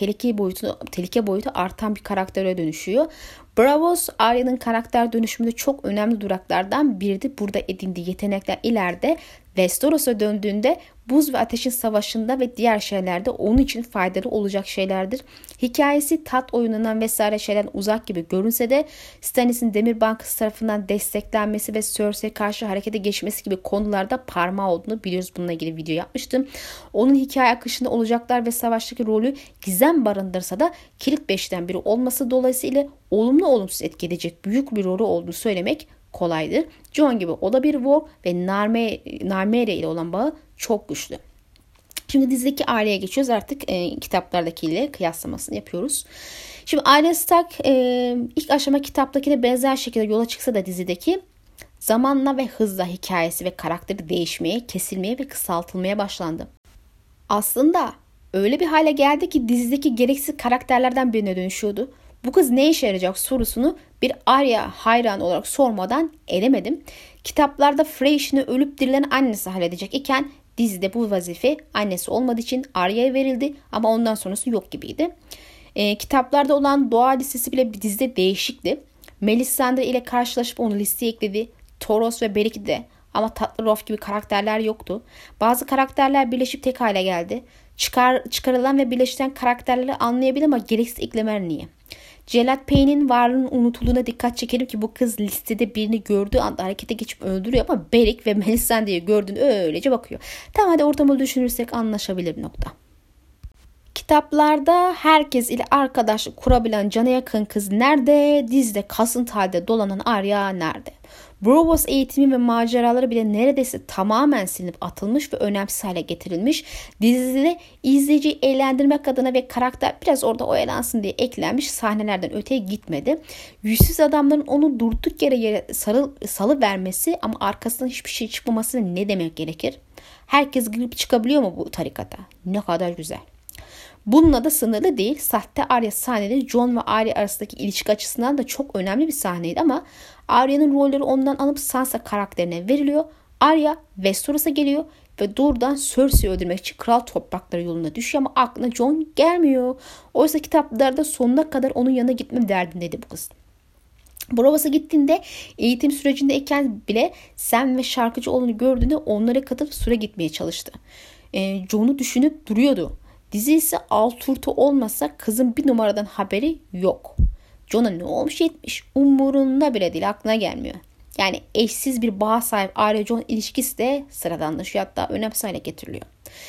tehlike boyutu artan bir karaktere dönüşüyor. Braavos, Arya'nın karakter dönüşümünde çok önemli duraklardan biridir. Burada edindiği yetenekler ileride Westeros'a döndüğünde buz ve ateşin savaşında ve diğer şeylerde onun için faydalı olacak şeylerdir. Hikayesi tat oyunundan vesaire şeylerden uzak gibi görünse de Stannis'in Demir Bankası tarafından desteklenmesi ve Cersei'ye karşı harekete geçmesi gibi konularda parmağı olduğunu biliyoruz. Bununla ilgili video yapmıştım. Onun hikaye akışında olacaklar ve savaştaki rolü gizem barındırsa da kilit beşten biri olması dolayısıyla olumlu olumsuz etki edecek büyük bir rolü olduğunu söylemek kolaydır. Jon gibi o da bir Warg ve Narmere ile olan bağı çok güçlü. Şimdi dizideki Arya'ya geçiyoruz. Artık kitaplardakiyle kıyaslamasını yapıyoruz. Şimdi Arya Stark ilk aşama kitaptakine benzer şekilde yola çıksa da dizideki zamanla ve hızla hikayesi ve karakteri değişmeye, kesilmeye ve kısaltılmaya başlandı. Aslında öyle bir hale geldi ki dizideki gereksiz karakterlerden birine dönüşüyordu. Bu kız ne işe yarayacak sorusunu bir Arya hayranı olarak sormadan edemedim. Kitaplarda Frey'şini ölüp dirilen annesi halledecek iken dizide bu vazife annesi olmadığı için Arya'ya verildi, ama ondan sonrası yok gibiydi. Kitaplarda olan doğa listesi bile bir dizide değişikti. Melisandre ile karşılaşıp onu listeye ekledi. Thoros ve Beric de, ama Tatlı Rolf gibi karakterler yoktu. Bazı karakterler birleşip tek hale geldi. Çıkarılan ve birleştiren karakterleri anlayabilir ama gereksiz eklemeler niye? Cellat Payne'in varlığının unutulduğuna dikkat çekerim ki bu kız listede birini gördüğü anda harekete geçip öldürüyor, ama Beric ve Melisandre'yi gördüğünde öylece bakıyor. Tamam, hadi ortamı düşünürsek anlaşabilir bir nokta. Kitaplarda herkes ile arkadaşlık kurabilen cana yakın kız nerede? Dizide kasıntı halde dolanan Arya nerede? Braavos eğitimi ve maceraları bile neredeyse tamamen silinip atılmış ve önemsiz hale getirilmiş. Dizide izleyiciyi eğlendirmek adına ve karakter biraz orada oyalansın diye eklenmiş sahnelerden öteye gitmedi. Yüzsüz adamların onu durduk yere salıvermesi ama arkasından hiçbir şey çıkmaması ne demek gerekir? Herkes girip çıkabiliyor mu bu tarikata? Ne kadar güzel. Bununla da sınırlı değil. Sahte Arya sahneleri Jon ve Arya arasındaki ilişki açısından da çok önemli bir sahneydi ama Arya'nın rolleri ondan alıp Sansa karakterine veriliyor. Arya Westeros'a geliyor ve doğrudan Cersei'yi öldürmek için kral toprakları yoluna düşüyor ama aklına Jon gelmiyor. Oysa kitaplarda sonuna kadar onun yanına gitme derdindeydi bu kız. Braavos'a gittiğinde eğitim sürecindeyken bile Sam ve şarkıcı oğlunu gördüğünde onlara katılıp süre gitmeye çalıştı. Jon'u düşünüp duruyordu. Dizi ise alt turtu olmasa kızın bir numaradan haberi yok. Jon'a ne olmuş etmiş umurunda bile değil, aklına gelmiyor. Yani eşsiz bir bağa sahip Arya-Jon ilişkisi de sıradanlaşıyor, hatta önemsiz hale getiriliyor.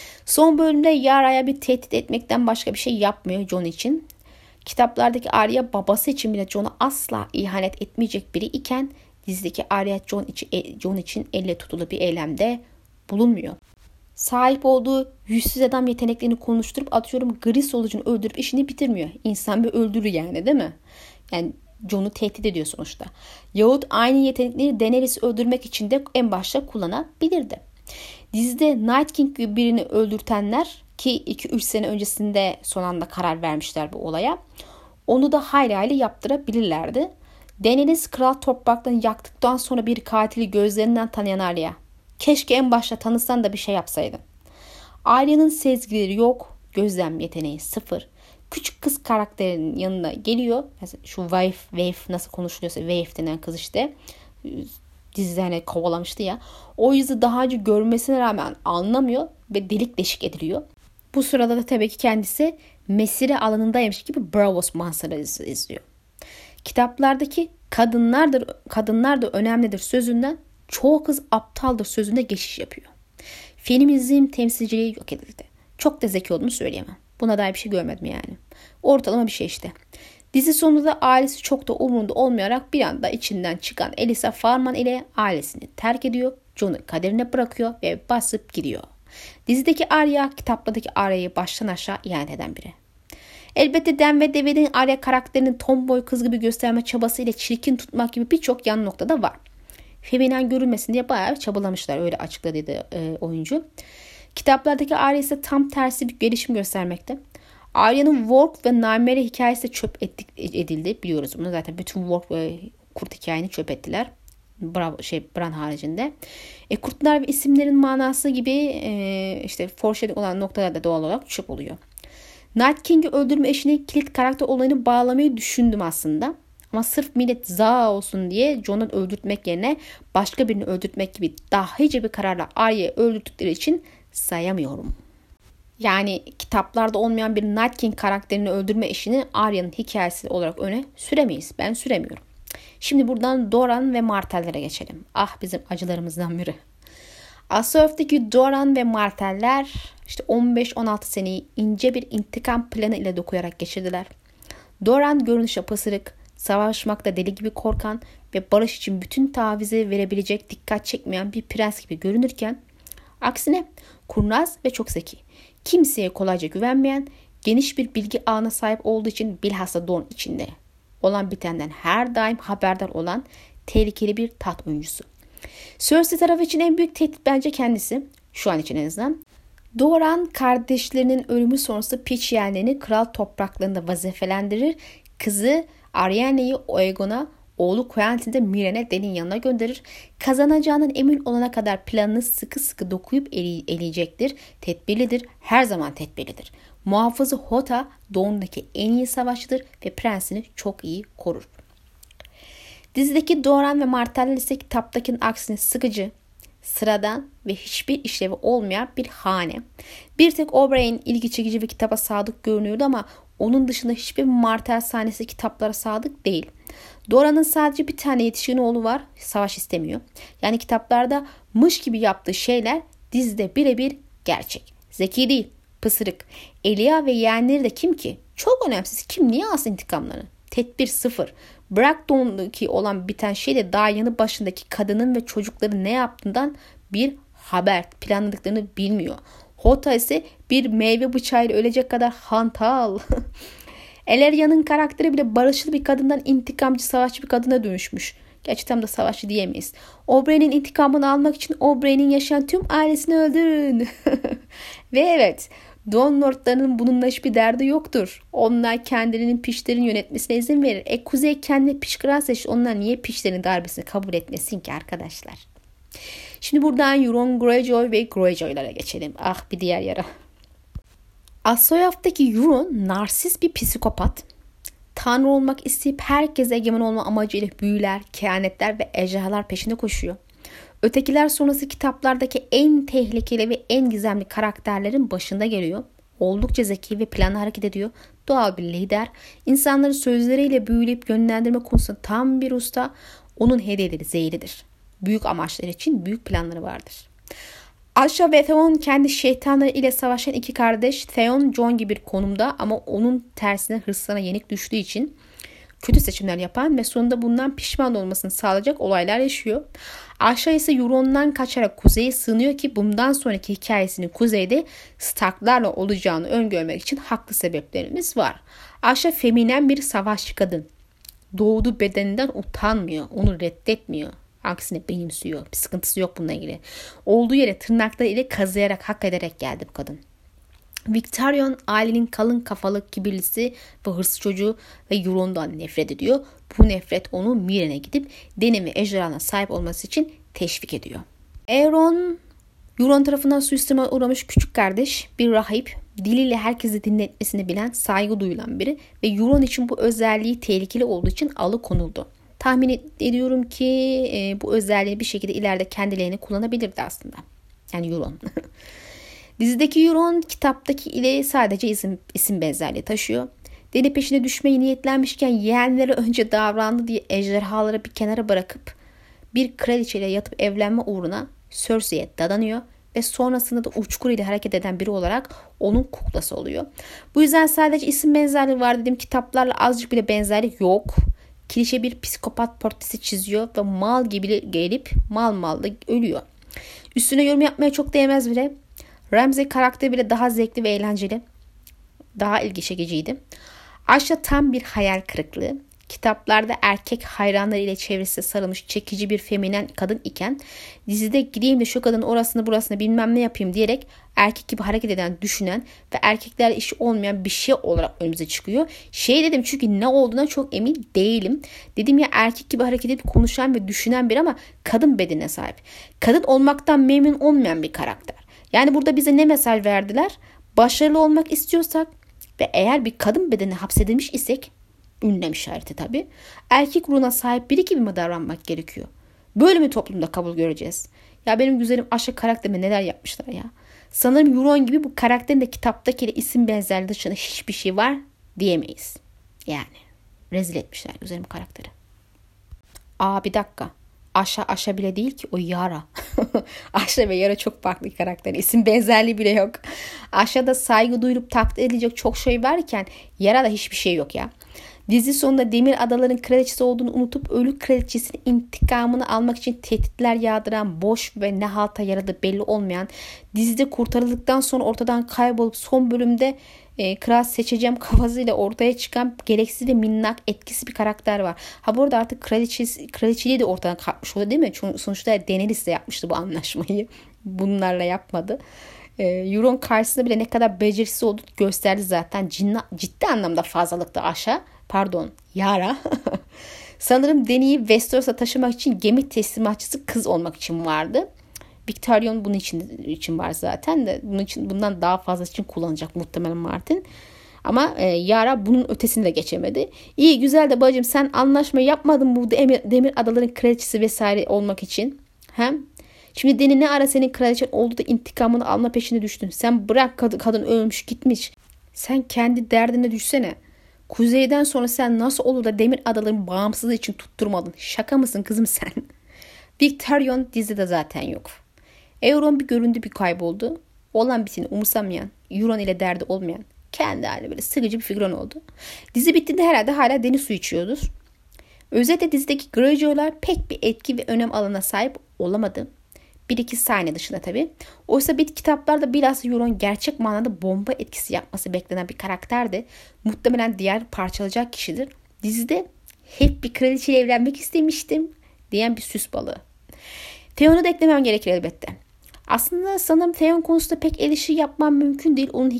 Son bölümde Yara'ya bir tehdit etmekten başka bir şey yapmıyor Jon için. Kitaplardaki Arya babası için bile Jon'a asla ihanet etmeyecek biri iken dizideki Arya Jon için elle tutulu bir eylemde bulunmuyor. Sahip olduğu yüzsüz adam yeteneklerini konuşturup atıyorum gri solucunu öldürüp işini bitirmiyor. İnsan bir öldürür yani, değil mi? Yani Jon'u tehdit ediyor sonuçta. Yahut aynı yetenekleri Daenerys'i öldürmek için de en başta kullanabilirdi. Dizide Night King gibi birini öldürtenler ki 2-3 sene öncesinde son anda karar vermişler bu olaya. Onu da hayli yaptırabilirlerdi. Daenerys kral topraklarını yaktıktan sonra bir katili gözlerinden tanıyan Arya. Keşke en başta tanısan da bir şey yapsaydın. Arya'nın sezgileri yok. Gözlem yeteneği sıfır. Küçük kız karakterinin yanına geliyor. Mesela şu Waif nasıl konuşuluyorsa Waif denen kız işte. Dizide hani kovalamıştı ya. O yüzü daha önce görmesine rağmen anlamıyor ve delik deşik ediliyor. Bu sırada da tabii ki kendisi mesire alanındaymış gibi Braavos manzarası izliyor. Kitaplardaki kadınlar da önemlidir sözünden çoğu kız aptaldır sözünde geçiş yapıyor. Feminizm temsilciliği yok edildi. Çok da zeki olduğunu söyleyemem. Buna dair bir şey görmedim yani. Ortalama bir şey işte. Dizi sonunda ailesi çok da umurunda olmayarak bir anda içinden çıkan Elisa Farman ile ailesini terk ediyor. Jon'u kaderine bırakıyor ve basıp gidiyor. Dizideki Arya kitaplardaki Arya'yı baştan aşağı ihanet eden biri. Elbette Dan ve David'in Arya karakterinin tomboy kız gibi gösterme çabası ile çirkin tutmak gibi birçok yan nokta da var. Feminen görünmesin diye bayağı çabalamışlar, öyle açıkladı oyuncu. Kitaplardaki Arya ise tam tersi bir gelişim göstermekte. Arya'nın Worf ve Nymeria hikayesi de çöp edildi, biliyoruz bunu zaten. Bütün Worf ve kurt hikayeni çöp ettiler. Bran haricinde. Kurtlar ve isimlerin manası gibi işte foreshadowing olan noktalar da doğal olarak çöp oluyor. Night King'i öldürme eşini kilit karakter olayını bağlamayı düşündüm aslında. Ama sırf millet za olsun diye Jon'u öldürtmek yerine başka birini öldürtmek gibi dahice bir kararla Arya'yı öldürdükleri için sayamıyorum. Yani kitaplarda olmayan bir Night King karakterini öldürme işini Arya'nın hikayesi olarak öne süremeyiz. Ben süremiyorum. Şimdi buradan Doran ve Martell'lere geçelim. Ah, bizim acılarımızdan biri. Asof'taki Doran ve Martell'ler işte 15-16 seneyi ince bir intikam planı ile dokuyarak geçirdiler. Doran görünüşe pısırık, savaşmakta deli gibi korkan ve barış için bütün tavizi verebilecek, dikkat çekmeyen bir prens gibi görünürken, aksine kurnaz ve çok zeki, kimseye kolayca güvenmeyen, geniş bir bilgi ağına sahip olduğu için bilhassa Dorne içinde olan bitenden her daim haberdar olan tehlikeli bir taht oyuncusu. Cersei tarafı için en büyük tehdit bence kendisi, şu an için en azından. Doran kardeşlerinin ölümü sonrası piç yeğenlerini kral topraklarında vazifelendirir, kızı Arianne'yi Aegon'a, oğlu Quent'ini de Myraine'e Dany'nin yanına gönderir. Kazanacağının emin olana kadar planını sıkı sıkı dokuyup eleyecektir. Tedbirlidir, her zaman tedbirlidir. Muhafızı Hota Dorne'daki en iyi savaşçıdır ve prensini çok iyi korur. Dizideki Doran ve Martell ise kitaptakinin aksine sıkıcı, sıradan ve hiçbir işlevi olmayan bir hane. Bir tek Oberyn ilgi çekici ve kitaba sadık görünüyordu ama onun dışında hiçbir Martell sahnesi kitaplara sadık değil. Doran'ın sadece bir tane yetişkin oğlu var, savaş istemiyor. Yani kitaplarda mış gibi yaptığı şeyler dizide birebir gerçek. Zeki değil, Pısırık. Elia ve yeğenleri de kim ki? Çok önemsiz. Kim niye alsın intikamlarını? Tedbir sıfır. Brackton'daki olan biten şey de daha yanı başındaki kadının ve çocukların ne yaptığından bir haber. Planladıklarını bilmiyor. Hota ise bir meyve bıçağıyla ölecek kadar hantal. Eleria'nın karakteri bile barışçıl bir kadından intikamcı, savaşçı bir kadına dönüşmüş. Gerçi tam da savaşçı diyemeyiz. Oberyn'in intikamını almak için Oberyn'in yaşayan tüm ailesini öldürün. Ve evet, Don Lord'ların bununla hiçbir derdi yoktur. Onlar kendilerinin pişlerin yönetmesine izin verir. Kuzey kendi piş kral seçti. Onlar niye pişlerin darbesini kabul etmesin ki arkadaşlar? Şimdi buradan Euron Greyjoy ve Greyjoy'lara geçelim. Ah, bir diğer yara. Asoyaf'taki Euron narsist bir psikopat. Tanrı olmak isteyip herkese egemen olma amacıyla büyüler, kehanetler ve ejderhalar peşinde koşuyor. Ötekiler sonrası kitaplardaki en tehlikeli ve en gizemli karakterlerin başında geliyor. Oldukça zeki ve planlı hareket ediyor. Doğal bir lider. İnsanları sözleriyle büyüleyip yönlendirme konusunda tam bir usta. Onun hediyeleri zehirlidir. Büyük amaçlar için büyük planları vardır. Asha ve Theon kendi şeytanları ile savaşan iki kardeş. Theon Jon gibi bir konumda ama onun tersine hırsına yenik düştüğü için kötü seçimler yapan ve sonunda bundan pişman olmasını sağlayacak olaylar yaşıyor. Asha ise Euron'dan kaçarak kuzeye sığınıyor ki bundan sonraki hikayesinin kuzeyde Stark'larla olacağını öngörmek için haklı sebeplerimiz var. Asha feminen bir savaşçı kadın. Doğduğu bedeninden utanmıyor, onu reddetmiyor. Aksine benimsiyor. Bir sıkıntısı yok bununla ilgili. Olduğu yere tırnakları ile kazıyarak, hak ederek geldi bu kadın. Victarion ailenin kalın kafalı kibirlisi ve hırsız çocuğu ve Euron'dan nefret ediyor. Bu nefret onu Miren'e gidip Dany ve ejderhana sahip olması için teşvik ediyor. Euron tarafından suistimale uğramış küçük kardeş, bir rahip, diliyle herkesi dinletmesini bilen, saygı duyulan biri ve Euron için bu özelliği tehlikeli olduğu için alıkonuldu. Tahmin ediyorum ki bu özelliği bir şekilde ileride kendilerini kullanabilirdi aslında. Yani Euron. Dizideki Euron kitaptaki ile sadece isim benzerliği taşıyor. Dany peşine düşmeyi niyetlenmişken yeğenleri önce davrandı diye ejderhaları bir kenara bırakıp bir kraliçeyle yatıp evlenme uğruna Cersei'ye dadanıyor ve sonrasında da uçkur ile hareket eden biri olarak onun kuklası oluyor. Bu yüzden sadece isim benzerliği var dediğim kitaplarla azıcık bile benzerlik yok. Klişe bir psikopat portresi çiziyor ve mal gibi gelip mal da ölüyor. Üstüne yorum yapmaya çok değmez bile. Ramsay karakteri bile daha zevkli ve eğlenceli. Daha ilgi çekiciydi. Asha tam bir hayal kırıklığı. Kitaplarda erkek hayranları ile çevresine sarılmış çekici bir feminen kadın iken dizide gideyim de şu kadının orasını burasını bilmem ne yapayım diyerek erkek gibi hareket eden, düşünen ve erkeklerle işi olmayan bir şey olarak önümüze çıkıyor. Dedim çünkü ne olduğuna çok emin değilim. Dedim ya, erkek gibi hareket edip konuşan ve düşünen bir ama kadın bedenine sahip. Kadın olmaktan memnun olmayan bir karakter. Yani burada bize ne mesaj verdiler? Başarılı olmak istiyorsak ve eğer bir kadın bedenine hapsedilmiş isek, ünlem işareti tabii, erkek ruhuna sahip biri gibi mi davranmak gerekiyor? Böyle mi toplumda kabul göreceğiz? Ya benim güzelim Asha karakterime neler yapmışlar ya. Sanırım Euron gibi bu karakterin de kitaptaki isim benzerliği dışında hiçbir şey var diyemeyiz. Yani rezil etmişler güzelim karakteri. Bir dakika. Asha bile değil ki, o Yara. Asha ve Yara çok farklı karakter. İsim benzerliği bile yok. Asha'da saygı duyulup takdir edilecek çok şey varken Yara'da hiçbir şey yok ya. Dizi sonunda Demir Adaların kraliçesi olduğunu unutup ölü kraliçesinin intikamını almak için tehditler yağdıran, boş ve ne halta yaradığı belli olmayan, dizide kurtarıldıktan sonra ortadan kaybolup son bölümde kral seçeceğim kafasıyla ortaya çıkan gereksiz ve minnak etkisi bir karakter var. Bu arada artık kraliçeliği de ortadan kalkmış oldu değil mi? Çünkü sonuçta Daenerys de yapmıştı bu anlaşmayı. Bunlarla yapmadı. Euron karşısında bile ne kadar becerisiz olduğunu gösterdi zaten. Ciddi anlamda fazlalıkta Yara. Sanırım Dany'yi Westeros'a taşımak için gemi teslimatçısı kız olmak için vardı. Victarion bunun için var zaten de bundan daha fazla için kullanacak muhtemelen Martin. Ama Yara bunun ötesini de geçemedi. İyi güzel de bacım, sen anlaşma yapmadın bu Demir Adaların kraliçesi vesaire olmak için. Şimdi Dany ne ara senin kraliçen oldu da intikamını alma peşine düştün. Sen bırak, kadın ölmüş gitmiş. Sen kendi derdine düşsene. Kuzeyden sonra sen nasıl olur da Demir Adaların bağımsızlığı için tutturmadın? Şaka mısın kızım sen? Victarion dizide zaten yok. Euron bir göründü bir kayboldu. Olan biteni umursamayan, Euron ile derdi olmayan, kendi haline böyle sıkıcı bir figüran oldu. Dizi bittiğinde herhalde hala deniz suyu içiyordur. Özetle dizideki Greyjoy'lar pek bir etki ve önem alanına sahip olamadı. Bir iki sahne dışında tabii. Oysa kitaplarda bilhassa Euron gerçek manada bomba etkisi yapması beklenen bir karakterdi. Muhtemelen diğer parçalayacak kişidir. Dizide hep bir kraliçeyle evlenmek istemiştim diyen bir süs balığı. Theon'u da eklemem gerekir elbette. Aslında sanırım Theon konusunda pek eleştiri yapmam mümkün değil. Onun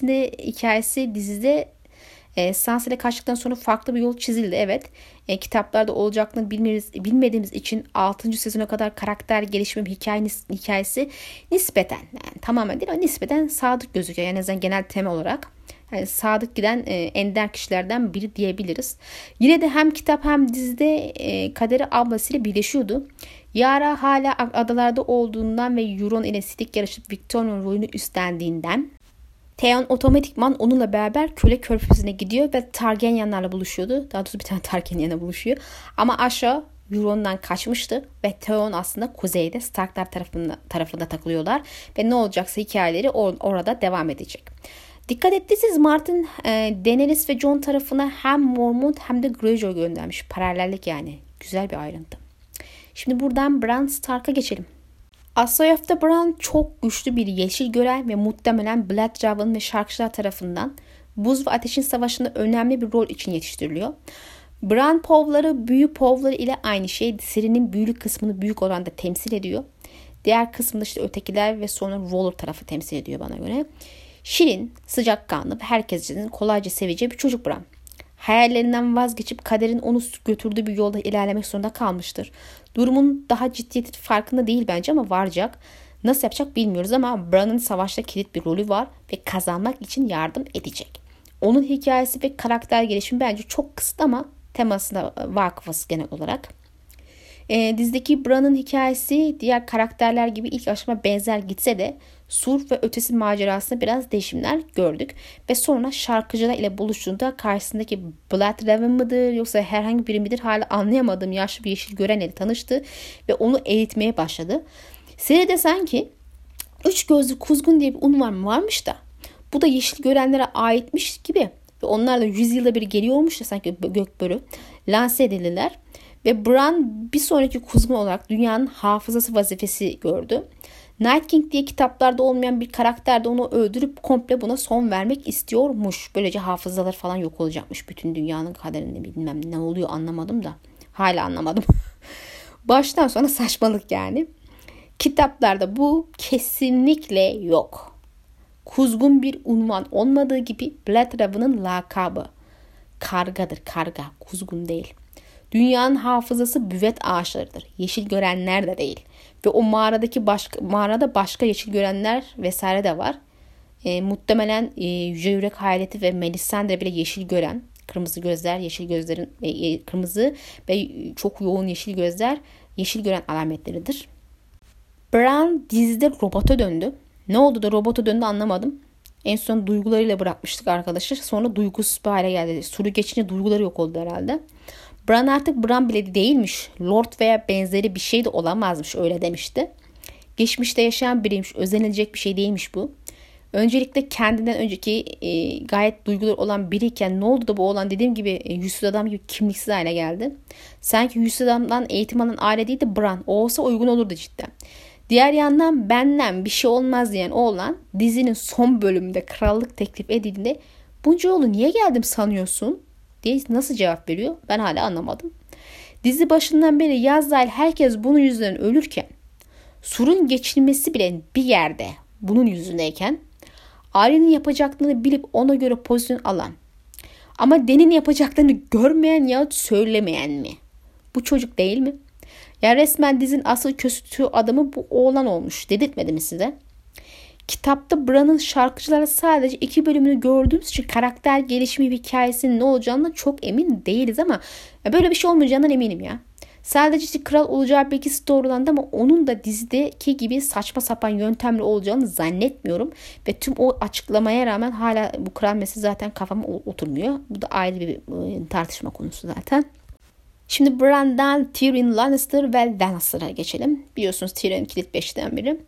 hikayesi dizide Sansa ile kaçtıktan sonra farklı bir yol çizildi. Evet. Kitaplarda olacaklarını bilmediğimiz için 6. sezona kadar karakter gelişimi hikayesi nispeten, yani tamamen değil ama nispeten sadık gözüküyor. Yani en azından genel tema olarak. Yani sadık giden ender kişilerden biri diyebiliriz. Yine de hem kitap hem dizide kaderi ablasıyla birleşiyordu. Yara hala adalarda olduğundan ve Euron ile sidik yarışıp Victoria'nın rolünü üstlendiğinden Theon otomatikman onunla beraber Köle Körfezi'ne gidiyor ve Targaryenlerle buluşuyordu. Daha doğrusu bir tane Targaryen'le buluşuyor. Ama aşağı Euron'dan kaçmıştı ve Theon aslında kuzeyde Starklar tarafında takılıyorlar. Ve ne olacaksa hikayeleri orada devam edecek. Dikkat ettiyseniz Martin Daenerys ve Jon tarafına hem Mormont hem de Greyjoy göndermiş. Paralellik yani. Güzel bir ayrıntı. Şimdi buradan Bran Stark'a geçelim. Asayaf'ta Bran çok güçlü bir yeşil gören ve muhtemelen Bloodraven ve Sharkçılar tarafından Buz ve Ateşin Savaşı'nda önemli bir rol için yetiştiriliyor. Bran povları büyü povları ile aynı şey. Serinin büyülü kısmını büyük oranda temsil ediyor. Diğer kısmında işte ötekiler ve sonra Waller tarafı temsil ediyor bana göre. Şirin, sıcakkanlı ve herkesin kolayca seveceği bir çocuk Bran. Hayallerinden vazgeçip kaderin onu götürdüğü bir yolda ilerlemek zorunda kalmıştır. Durumun daha ciddiyeti farkında değil bence ama varacak. Nasıl yapacak bilmiyoruz ama Bran'ın savaşta kilit bir rolü var ve kazanmak için yardım edecek. Onun hikayesi ve karakter gelişimi bence çok kısıtlı ama temasına vakıfız genel olarak. Dizideki Bran'ın hikayesi diğer karakterler gibi ilk aşama benzer gitse de Sur ve ötesi macerasında biraz değişimler gördük. Ve sonra şarkıcılar ile buluştuğunda karşısındaki Bloodraven mıdır yoksa herhangi biri midir hala anlayamadığım yaşlı bir yeşil görenle tanıştı ve onu eğitmeye başladı. Seride sanki 3 gözlü kuzgun diye bir unvan varmış da bu da yeşil görenlere aitmiş gibi ve onlar da 100 yılda bir geliyormuş da sanki gökbörü lanse edildiler. Ve Bran bir sonraki kuzgun olarak dünyanın hafızası vazifesi gördü. Night King diye kitaplarda olmayan bir karakter de onu öldürüp komple buna son vermek istiyormuş. Böylece hafızalar falan yok olacakmış. Bütün dünyanın kaderinde bilmem ne oluyor anlamadım da. Hala anlamadım. Baştan sona saçmalık yani. Kitaplarda bu kesinlikle yok. Kuzgun bir unvan olmadığı gibi Bloodraven'ın lakabı. Kargadır karga, kuzgun değil. Dünyanın hafızası büvet ağaçlarıdır. Yeşil görenler de değil. Ve o mağarada başka yeşil görenler vesaire de var. Muhtemelen Yüce Yürek Hayaleti ve Melisandre bile yeşil gören. Kırmızı gözler, yeşil gözlerin kırmızı ve çok yoğun yeşil gözler yeşil gören alametleridir. Bran dizide robota döndü. Ne oldu da robota döndü anlamadım. En son duygularıyla bırakmıştık arkadaşlar. Sonra duygusuz bir hale geldi. Suru geçince duyguları yok oldu herhalde. Bran artık Bran bile değilmiş. Lord veya benzeri bir şey de olamazmış öyle demişti. Geçmişte yaşayan biriymiş. Özenilecek bir şey değilmiş bu. Öncelikle kendinden önceki gayet duyguları olan biriyken ne oldu da bu oğlan dediğim gibi yüzsüz adam gibi kimliksiz hale geldi. Sanki yüzsüz adamdan eğitim alan aile değil de Bran. O olsa uygun olurdu cidden. Diğer yandan benden bir şey olmaz diyen oğlan dizinin son bölümünde krallık teklif edildiğinde bunca yolu niye geldim sanıyorsun diye nasıl cevap veriyor ben hala anlamadım. Dizi başından beri yaz dahil herkes bunun yüzünden ölürken surun geçilmesi bile bir yerde bunun yüzündeyken Arya'nın yapacaklarını bilip ona göre pozisyon alan ama Dany'nin yapacaklarını görmeyen ya söylemeyen mi? Bu çocuk değil mi? Ya resmen dizinin asıl kötü adamı bu oğlan olmuş. Dedirtmedi mi size? Kitapta Bran'ın şarkıcılara sadece 2 bölümünü gördüğümüz için karakter gelişimi ve hikayesinin ne olacağından çok emin değiliz ama böyle bir şey olmayacağından eminim ya. Sadece işte kral olacağı bilgisi doğrulandı ama onun da dizideki gibi saçma sapan yöntemle olacağını zannetmiyorum. Ve tüm o açıklamaya rağmen hala bu kral meselesi zaten kafama oturmuyor. Bu da ayrı bir tartışma konusu zaten. Şimdi Bran'dan Tyrion Lannister ve Lannister'a geçelim. Biliyorsunuz Tyrion kilit 5'ten biri.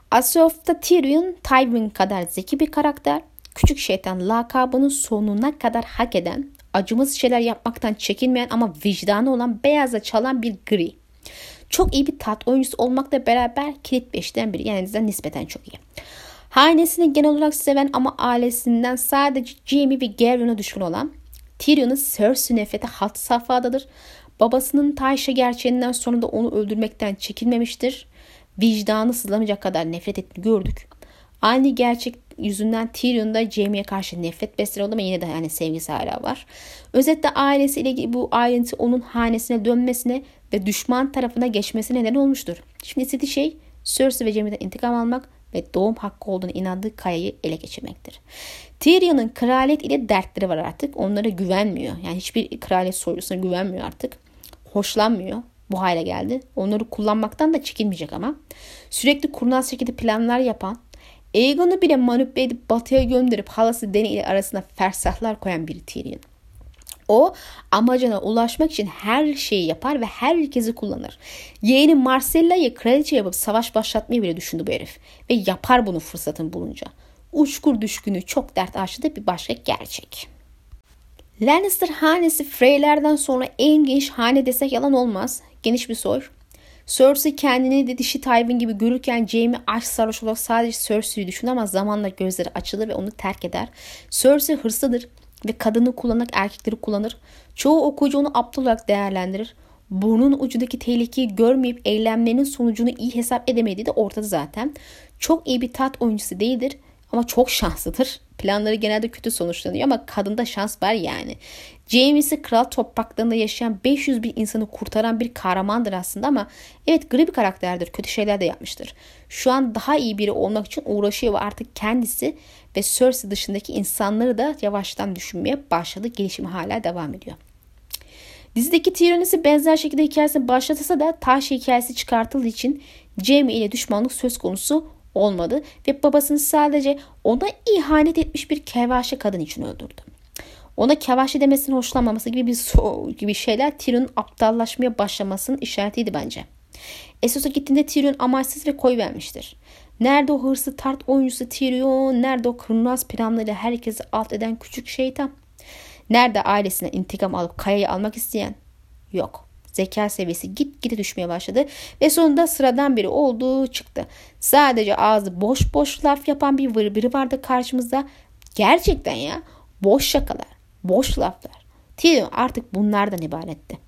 Asyof'ta Tyrion, Tywin kadar zeki bir karakter. Küçük şeytan lakabının sonuna kadar hak eden, acımasız şeyler yapmaktan çekinmeyen ama vicdanı olan, beyaza çalan bir gri. Çok iyi bir tat oyuncusu olmakla beraber kilit beşten biri. Yani bizden nispeten çok iyi. Hanesini genel olarak seven ama ailesinden sadece Jaime ve Garion'a düşkün olan, Tyrion'un Cersei nefreti had safhadadır. Babasının Tysha gerçeğinden sonra da onu öldürmekten çekinmemiştir. Vicdanı sızlamayacak kadar nefret ettiğini gördük. Aynı gerçek yüzünden Tyrion'da Jaime'ye karşı nefret besliyor ama yine de yani sevgisi hala var. Özetle ailesiyle ilgili bu ayrıntı onun hanesine dönmesine ve düşman tarafına geçmesine neden olmuştur. Şimdi istediği şey Cersei ve Jaime'den intikam almak ve doğum hakkı olduğunu inandığı kayayı ele geçirmektir. Tyrion'un kraliyet ile dertleri var artık. Onlara güvenmiyor. Yani hiçbir kraliyet soylusuna güvenmiyor artık. Hoşlanmıyor. Bu hale geldi. Onları kullanmaktan da çekinmeyecek ama. Sürekli kurnaz şekilde planlar yapan, Aegon'u bile manipüle edip batıya gönderip halası Dany ile arasına fersahlar koyan bir Tyrion. O amacına ulaşmak için her şeyi yapar ve herkesi kullanır. Yeğeni Marcella'yı kraliçe yapıp savaş başlatmayı bile düşündü bu herif. Ve yapar bunu fırsatını bulunca. Uçkur düşkünü çok dert aşığı da bir başka gerçek. Lannister hanesi Freylerden sonra en geniş hane desek yalan olmaz. Geniş bir soy. Cersei kendini de dişi Tywin gibi görürken Jaime aşk sarhoş olarak sadece Cersei'yi düşünür ama zamanla gözleri açılır ve onu terk eder. Cersei hırslıdır ve kadını kullanarak erkekleri kullanır. Çoğu okuyucu onu aptal olarak değerlendirir. Burnun ucundaki tehlikeyi görmeyip eylemlerinin sonucunu iyi hesap edemediği de ortada zaten. Çok iyi bir tat oyuncusu değildir ama çok şanslıdır. Planları genelde kötü sonuçlanıyor ama kadında şans var yani. Jaime ise kral topraklarında yaşayan 500 bin insanı kurtaran bir kahramandır aslında ama evet gri bir karakterdir. Kötü şeyler de yapmıştır. Şu an daha iyi biri olmak için uğraşıyor ve artık kendisi ve Cersei dışındaki insanları da yavaştan düşünmeye başladı. Gelişimi hala devam ediyor. Dizideki Tyrion ise benzer şekilde hikayesini başlatırsa da Tysha hikayesi çıkartıldığı için Jaime ile düşmanlık söz konusu olmadı ve babasını sadece ona ihanet etmiş bir kevaşe kadın için öldürdü. Ona kevaşe demesinin hoşlanmaması gibi şeyler Tyrion'un aptallaşmaya başlamasının işaretiydi bence. Essos'a gittiğinde Tyrion amaçsız ve koyvermiştir. Nerede o hırslı tart oyuncusu Tyrion, nerede o kurnaz planlarıyla herkesi alt eden küçük şeytan? Nerede ailesine intikam alıp kayayı almak isteyen? Yok. Zeka seviyesi gitgide düşmeye başladı ve sonunda sıradan biri olduğu çıktı. Sadece ağzı boş boş laf yapan biri vardı karşımızda. Gerçekten ya, boş şakalar, boş laflar. Tyrion artık bunlardan ibaretti.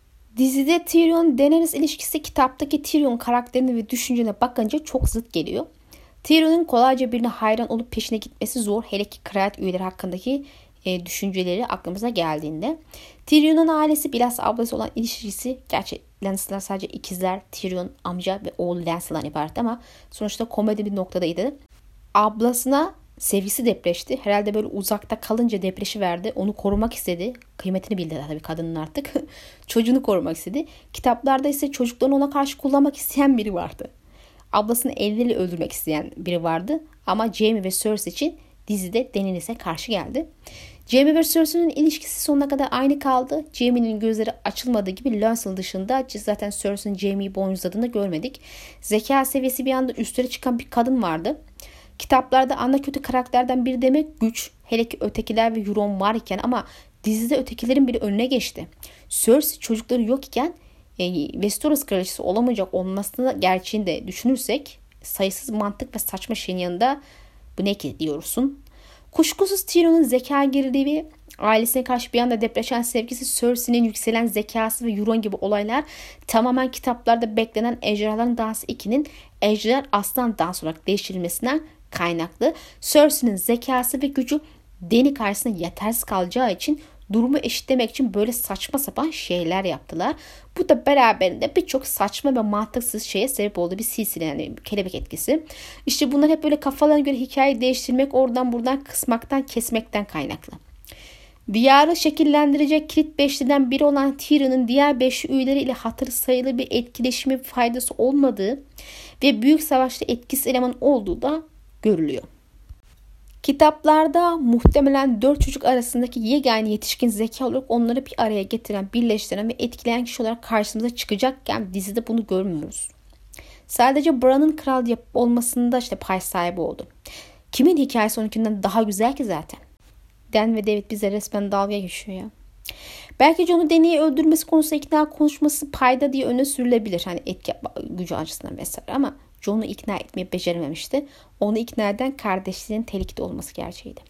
Dizide Tyrion-Daenerys ilişkisi kitaptaki Tyrion karakterine ve düşüncene bakınca çok zıt geliyor. Tyrion'un kolayca birine hayran olup peşine gitmesi zor, hele ki kraliyet üyeleri hakkındaki düşünceleri aklımıza geldiğinde. Tyrion'un ailesi biraz ablası olan ilişkisi, gerçi Lannister'lar sadece ikizler, Tyrion amca ve oğlu Lance'dan ibaret ama sonuçta komedi bir noktadaydı. Ablasına sevgisi depreşti. Herhalde böyle uzakta kalınca depreşi verdi. Onu korumak istedi. Kıymetini bildi tabii kadının artık. Çocuğunu korumak istedi. Kitaplarda ise çocuklarını ona karşı kullanmak isteyen biri vardı. Ablasını elleriyle öldürmek isteyen biri vardı. Ama Jaime ve Cersei için dizide Daenerys'e karşı geldi. Jaime ve Cersei'nin ilişkisi sonuna kadar aynı kaldı. Jaime'nin gözleri açılmadığı gibi Lancel dışında zaten Cersei'nin Jaime'yi boynuzladığını görmedik. Zeka seviyesi bir anda üstlere çıkan bir kadın vardı. Kitaplarda ana kötü karakterden biri demek güç. Hele ki ötekiler ve Euron varken ama dizide ötekilerin biri önüne geçti. Cersei çocukları yok iken Westeros kraliçesi olamayacak olmasını gerçeğini de düşünürsek sayısız mantık ve saçma şeyin yanında bu ne ki diyorsun. Kuşkusuz Tyrion'un zeka geriliği, ailesine karşı bir anda depreşen sevgisi, Cersei'nin yükselen zekası ve Euron gibi olaylar tamamen kitaplarda beklenen Ejderhaların Dansı 2'nin Ejder Aslan Dansı olarak değiştirilmesinden kaynaklı. Cersei'nin zekası ve gücü Dany karşısında yetersiz kalacağı için durumu eşitlemek için böyle saçma sapan şeyler yaptılar. Bu da beraberinde birçok saçma ve mantıksız şeye sebep oldu. Bir silsile, yani kelebek etkisi. İşte bunlar hep böyle kafalarına göre hikayeyi değiştirmek, oradan buradan kısmaktan, kesmekten kaynaklı. Diyarı şekillendirecek kilit beşliden biri olan Tyrion'un diğer beşli üyeleriyle hatırı sayılı bir etkileşimi, faydası olmadığı ve büyük savaşta etkisiz eleman olduğu da görülüyor. Kitaplarda muhtemelen 4 çocuk arasındaki yegane yetişkin zeka olarak onları bir araya getiren, birleştiren ve etkileyen kişi olarak karşımıza çıkacakken dizide bunu görmüyoruz. Sadece Bran'ın kral olmasında işte pay sahibi oldu. Kimin hikayesi onunkinden daha güzel ki zaten. Dan ve David bize resmen dalga geçiyor ya. Belki Jon'u Dany'yi öldürmesi konusunda ikna konuşması payda diye öne sürülebilir. Hani etki gücü açısından vesaire ama Jon'u ikna etmeyi becerememişti. Onu ikna eden kardeşliğinin tehlikede olması gerçeğiydi.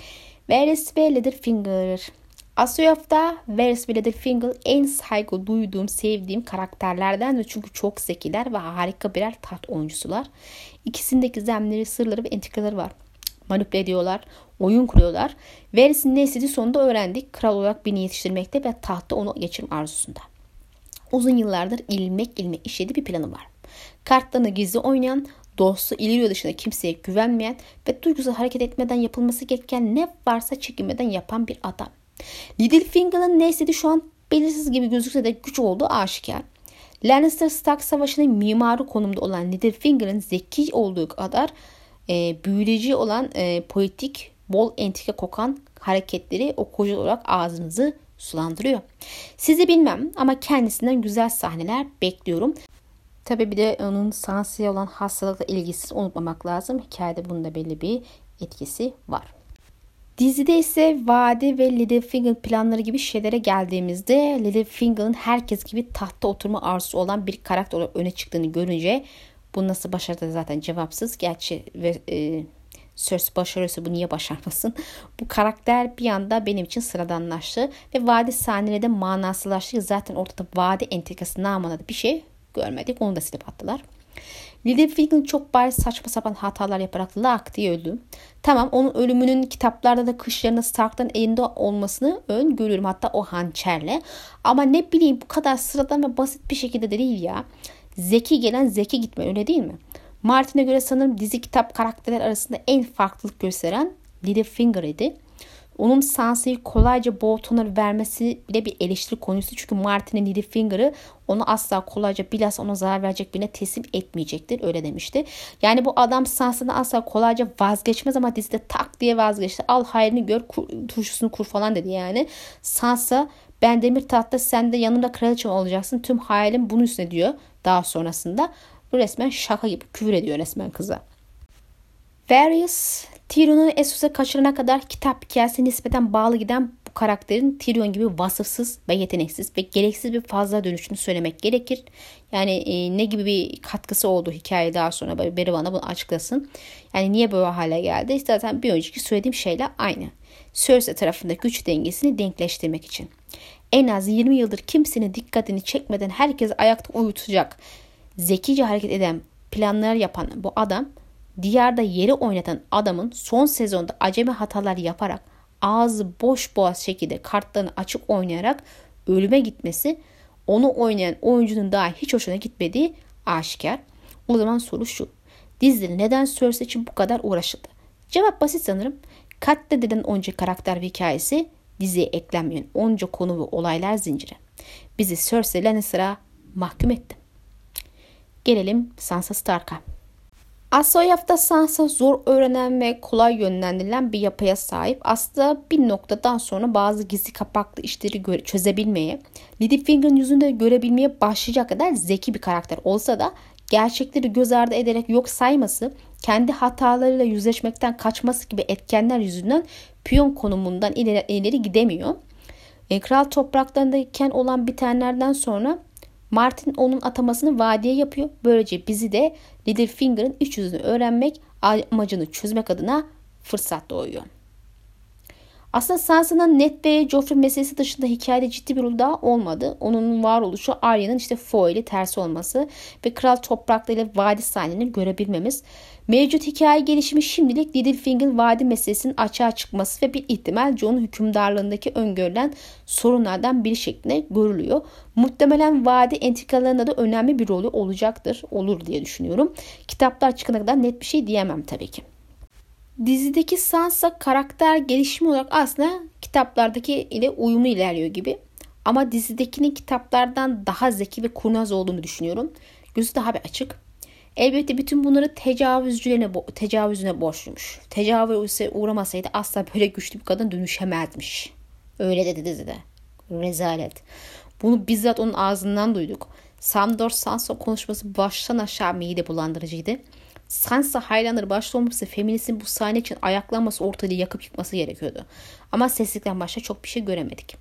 Varys ve Littlefinger. Asyaf'ta Varys ve Littlefinger en saygı duyduğum, sevdiğim karakterlerden de çünkü çok zekiler ve harika birer taht oyuncusular. İkisinde gizemleri, sırları ve entrikaları var. Manipüle ediyorlar, oyun kuruyorlar. Varys'in ne istediği sonunda öğrendik. Kral olarak birini yetiştirmekte ve tahtta onu geçirme arzusunda. Uzun yıllardır ilmek işlediği bir planı var. Kartlarını gizli oynayan, dostu İllyrio dışında kimseye güvenmeyen ve duygusal hareket etmeden yapılması gereken ne varsa çekinmeden yapan bir adam. Littlefinger'ın ne istediği şu an belirsiz gibi gözükse de güç olduğu aşikar. Lannister-Stark savaşının mimarı konumda olan Littlefinger'ın zeki olduğu kadar büyüleyici olan politik, bol entrika kokan hareketleri okuyucu olarak ağzınızı sulandırıyor. Sizi bilmem ama kendisinden güzel sahneler bekliyorum. Tabii bir de onun Sansa'ya olan hastalıkla ilgisi unutmamak lazım. Hikayede bunun da belli bir etkisi var. Dizide ise Vade ve Littlefinger planları gibi şeylere geldiğimizde Littlefinger'ın herkes gibi tahta oturma arzusu olan bir karakter olarak öne çıktığını görünce bu nasıl başardı zaten cevapsız. Gerçi Cersei başarıyorsa bu niye başarmasın? Bu karakter bir anda benim için sıradanlaştı ve Vade sahneleri de manasızlaştı. Zaten ortada Vade entrikası namına bir şey görmedik. Onu da silip attılar. Littlefinger çok bariz saçma sapan hatalar yaparak lak diye öldü. Tamam, onun ölümünün kitaplarda da kışlarında Stark'ların elinde olmasını öngörüyorum. Hatta o hançerle. Ama ne bileyim bu kadar sıradan ve basit bir şekilde de değil ya. Zeki gelen zeki gitme, öyle değil mi? Martin'e göre sanırım dizi kitap karakterler arasında en farklılık gösteren Littlefinger idi. Onun Sansa'yı kolayca Bolton'a vermesi bile bir eleştiri konusu. Çünkü Martin'in Littlefinger'ı onu asla kolayca bilhassa ona zarar verecek birine teslim etmeyecektir. Öyle demişti. Yani bu adam Sansa'dan asla kolayca vazgeçmez ama dizide tak diye vazgeçti. Al hayrını gör, turşusunu kur falan dedi yani. Sansa ben demir tahtta sen de yanımda kraliçem olacaksın. Tüm hayalim bunun üstüne diyor daha sonrasında. Bu resmen şaka gibi küfür ediyor resmen kıza. Varys, Tyrion'u Essos'a kaçırana kadar kitap hikayesine nispeten bağlı giden bu karakterin Tyrion gibi vasıfsız ve yeteneksiz ve gereksiz bir fazla dönüşünü söylemek gerekir. Yani ne gibi bir katkısı oldu hikaye daha sonra biri bana bunu açıklasın. Yani niye böyle hale geldi? İşte zaten bir önceki söylediğim şeyle aynı. Cersei tarafında güç dengesini denkleştirmek için. En az 20 yıldır kimsenin dikkatini çekmeden herkes ayakta uyutacak, zekice hareket eden planlar yapan bu adam, diyarda yeri oynatan adamın son sezonda acemi hatalar yaparak ağzı boş boğaz şekilde kartlarını açık oynayarak ölüme gitmesi onu oynayan oyuncunun daha hiç hoşuna gitmediği aşikar. O zaman soru şu: dizide neden Cersei için bu kadar uğraşıldı? Cevap basit sanırım. Katledilen onca karakter ve hikayesi diziye eklenmeyen onca konu ve olaylar zinciri bizi Cersei Lannister'a mahkum etti. Gelelim Sansa Stark'a. Asyaf'ta Sansa zor öğrenen ve kolay yönlendirilen bir yapıya sahip. Aslında bir noktadan sonra bazı gizli kapaklı işleri çözebilmeye, Littlefinger'ın yüzünde görebilmeye başlayacak kadar zeki bir karakter olsa da gerçekleri göz ardı ederek yok sayması, kendi hatalarıyla yüzleşmekten kaçması gibi etkenler yüzünden piyon konumundan ileri gidemiyor. Kral topraklarındayken olan bitenlerden sonra Martin onun atamasını Vadi'ye yapıyor. Böylece bizi de Littlefinger'ın iç yüzünü öğrenmek, amacını çözmek adına fırsat doğuyor. Aslında Sansa'nın Ned ve Joffrey meselesi dışında hikayede ciddi bir rol daha olmadı. Onun varoluşu Arya'nın Foy ile tersi olması ve kral topraklarıyla vadi sahnelerini görebilmemiz. Mevcut hikaye gelişimi şimdilik Littlefinger vadi meselesinin açığa çıkması ve bir ihtimal Jon'un hükümdarlığındaki öngörülen sorunlardan biri şeklinde görülüyor. Muhtemelen vadi entrikalarında da önemli bir rolü olacaktır. Olur diye düşünüyorum. Kitaplar çıkana kadar net bir şey diyemem tabii ki. Dizideki Sansa karakter gelişimi olarak aslında kitaplardaki ile uyumlu ilerliyor gibi. Ama dizidekinin kitaplardan daha zeki ve kurnaz olduğunu düşünüyorum. Gözü daha bir açık. Elbette bütün bunları tecavüzüne borçluymuş. Tecavüze uğramasaydı asla böyle güçlü bir kadın dönüşemezmiş. Öyle dedi dizide. Rezalet. Bunu bizzat onun ağzından duyduk. Sandor Sansa konuşması baştan aşağı mide bulandırıcıydı. Sansa hayranları başta olmuşsa feministin bu sahne için ayaklanması, ortalığı yakıp yıkması gerekiyordu. Ama seslikten başka çok bir şey göremedik.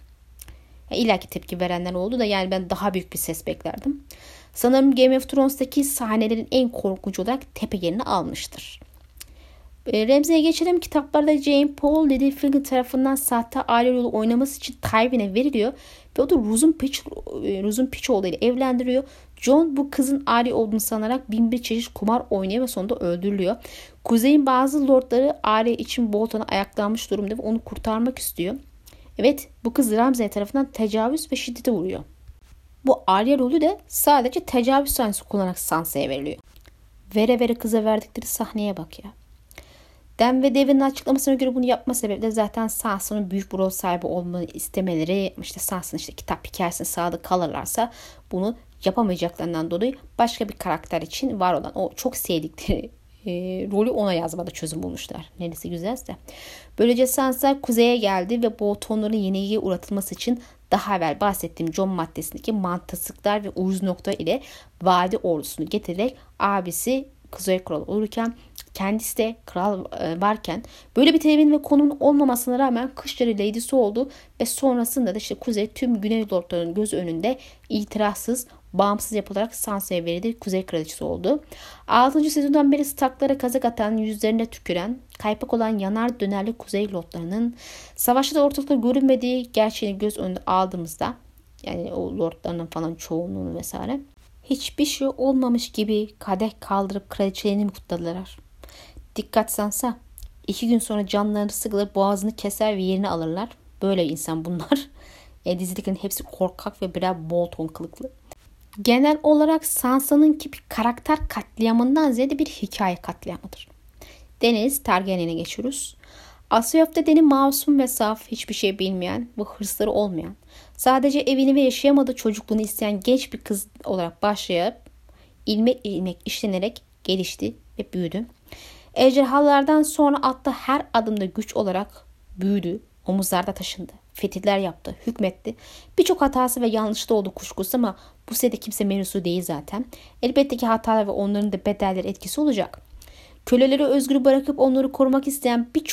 İlla ki tepki verenler oldu da yani ben daha büyük bir ses beklerdim. Sanırım Game of Thrones'taki sahnelerin en korkunç olarak tepe yerini almıştır. Remzi'ye geçelim. Kitaplarda Jane Paul Littlefinger tarafından sahte aile rolü oynaması için Tywin'e veriliyor. Ve o da Rose'un Pichoğlu ile evlendiriyor. Jon bu kızın aile olduğunu sanarak bin bir çeşit kumar oynuyor ve sonunda öldürülüyor. Kuzey'in bazı lordları aile için Bolton'a ayaklanmış durumda ve onu kurtarmak istiyor. Evet, bu kız Ramsay tarafından tecavüz ve şiddete uğruyor. Bu Arya rolü de sadece tecavüz sahnesi kullanarak Sansa'ya veriliyor. Vere vere kıza verdikleri sahneye bak ya. Dan ve David'in açıklamasına göre bunu yapma sebebi de zaten Sansa'nın büyük bir rol sahibi olmayı istemeleri, işte Sansa'nın kitap hikayesine sadık kalırlarsa bunu yapamayacaklarından dolayı başka bir karakter için var olan o çok sevdikleri rolü ona yazmada çözüm bulmuşlar. Neresi güzelse. Böylece Sansa kuzeye geldi ve Boltonların yenilgiye uğratılması için daha evvel bahsettiğim Jon maddesindeki mantıksızlıklar ve ucuz nokta ile vadi ordusunu getirerek abisi Kuzey Kralı olurken kendisi de kral varken böyle bir temin ve konumun olmamasına rağmen Kışları Lady'si oldu ve sonrasında da işte Kuzey tüm Güney Lordlarının gözü önünde itirazsız, bağımsız yapılarak Sansa'ya verildi. Kuzey Kraliçesi oldu. 6. sezondan beri Stark'lara kazık atan, yüzlerine tüküren, kaypak olan yanar dönerli Kuzey Lordlarının savaşta da ortalıkta görünmediği gerçeğini göz önünde aldığımızda, yani o Lordlarının falan çoğunluğunu vesaire, hiçbir şey olmamış gibi kadeh kaldırıp kraliçelerini mi kutladılar? Dikkat Sansa. 2 gün sonra canlarını sıkılır, boğazını keser ve yerini alırlar. Böyle insan bunlar. Dizidekilerin hepsi korkak ve birer Bolton kılıklı. Genel olarak Sansa'nınki bir karakter katliamından ziyade bir hikaye katliamıdır. Daenerys Targaryen'e geçiyoruz. Asyaf'ta Dany masum ve saf, hiçbir şey bilmeyen ve hırsları olmayan, sadece evini ve yaşayamadığı çocukluğunu isteyen genç bir kız olarak başlayıp ilmek ilmek işlenerek gelişti ve büyüdü. Ejderhalardan sonra attığı her adımda güç olarak büyüdü, omuzlarda taşındı, fetihler yaptı, hükmetti. Birçok hatası ve yanlışı da oldu kuşkusuz ama bu sene kimse mevzusu değil zaten. Elbette ki hatalar ve onların da bedelleri etkisi olacak. Köleleri özgür bırakıp onları korumak isteyen bir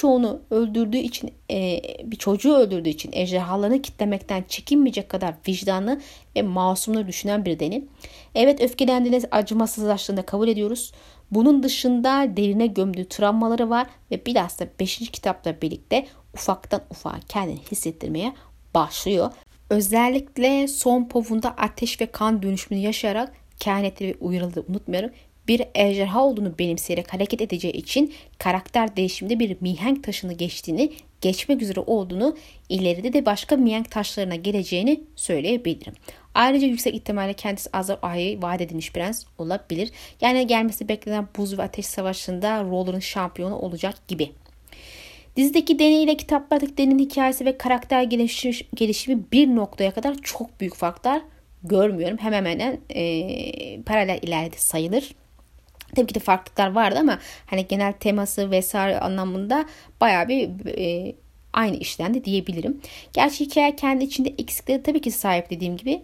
çocuğu öldürdüğü için ejderhalarını kitlemekten çekinmeyecek kadar vicdanlı ve masumları düşünen bir Dany. Evet, öfkelendiğinde acımasızlaştığında kabul ediyoruz. Bunun dışında derine gömdüğü travmaları var ve bilhassa 5. kitapla birlikte ufaktan ufağa kendini hissettirmeye başlıyor. Özellikle son povunda ateş ve kan dönüşümünü yaşayarak kehanetleri ve uyarıları unutmuyorum. Bir ejderha olduğunu benimseyerek hareket edeceği için karakter değişiminde bir mihenk taşını geçmek üzere olduğunu, ileride de başka mihenk taşlarına geleceğini söyleyebilirim. Ayrıca yüksek ihtimalle kendisi Azor Ahai'ye vaat edilmiş prens olabilir. Yani gelmesi beklenen buz ve ateş savaşında Roller'ın şampiyonu olacak gibi. Dizideki Dany ile kitaplardaki Dany'nin hikayesi ve karakter gelişimi bir noktaya kadar çok büyük farklar görmüyorum. Hemen hemen paralel ileride sayılır. Tabii ki de farklılıklar vardı ama hani genel teması vesaire anlamında bayağı bir aynı işlendi diyebilirim. Gerçi hikaye kendi içinde eksikleri tabii ki sahip dediğim gibi.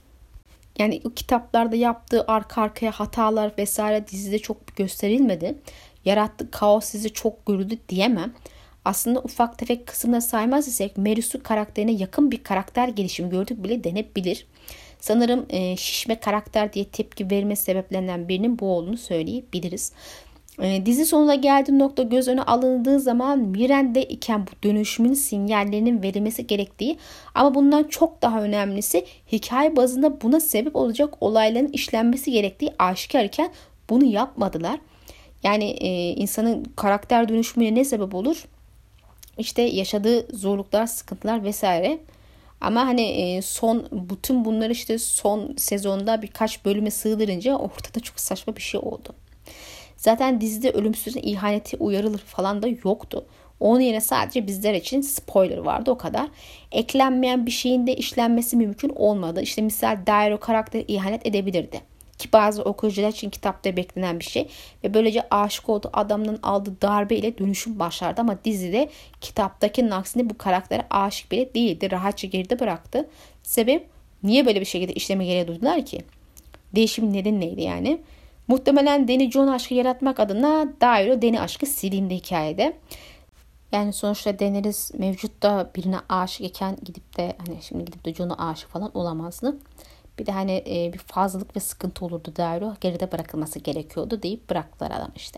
Yani o kitaplarda yaptığı arka arkaya hatalar vesaire dizide çok gösterilmedi. Yarattığı kaos sizi çok görüldü diyemem. Aslında ufak tefek kısımda saymaz isek Merys'u karakterine yakın bir karakter gelişimi gördük bile denebilir. Sanırım şişme karakter diye tepki verme sebeplerinden birinin bu olduğunu söyleyebiliriz. Dizi sonuna geldiği nokta göz önüne alındığı zaman Miren'de iken bu dönüşümün sinyallerinin verilmesi gerektiği ama bundan çok daha önemlisi hikaye bazında buna sebep olacak olayların işlenmesi gerektiği aşikar iken bunu yapmadılar. Yani insanın karakter dönüşümüne ne sebep olur? İşte yaşadığı zorluklar, sıkıntılar vesaire. Ama hani bütün bunları işte son sezonda birkaç bölüme sığdırınca ortada çok saçma bir şey oldu. Zaten dizide ölümsüzün ihaneti uyarılır falan da yoktu. Onun yerine sadece bizler için spoiler vardı, o kadar. Eklenmeyen bir şeyin de işlenmesi mümkün olmadı. İşte misal Dairo karakteri ihanet edebilirdi. Ki bazı okuyucular için kitapta beklenen bir şey. Ve böylece aşık olduğu adamın aldığı darbe ile dönüşüm başlardı. Ama dizide kitaptakinin aksine bu karaktere aşık bile değildi. Rahatça geride bıraktı. Sebep, niye böyle bir şekilde işleme gereği duydular ki? Değişimin nedeni neydi yani? Muhtemelen Danny Jon aşkı yaratmak adına Daryl Danny aşkı silindi hikayede. Yani sonuçta Daenerys mevcutta birine aşık iken gidip de şimdi gidip de Jon'a aşık falan olamazdı. Bir de bir fazlalık ve sıkıntı olurdu Daryl. Geride bırakılması gerekiyordu deyip bıraktılar adam işte.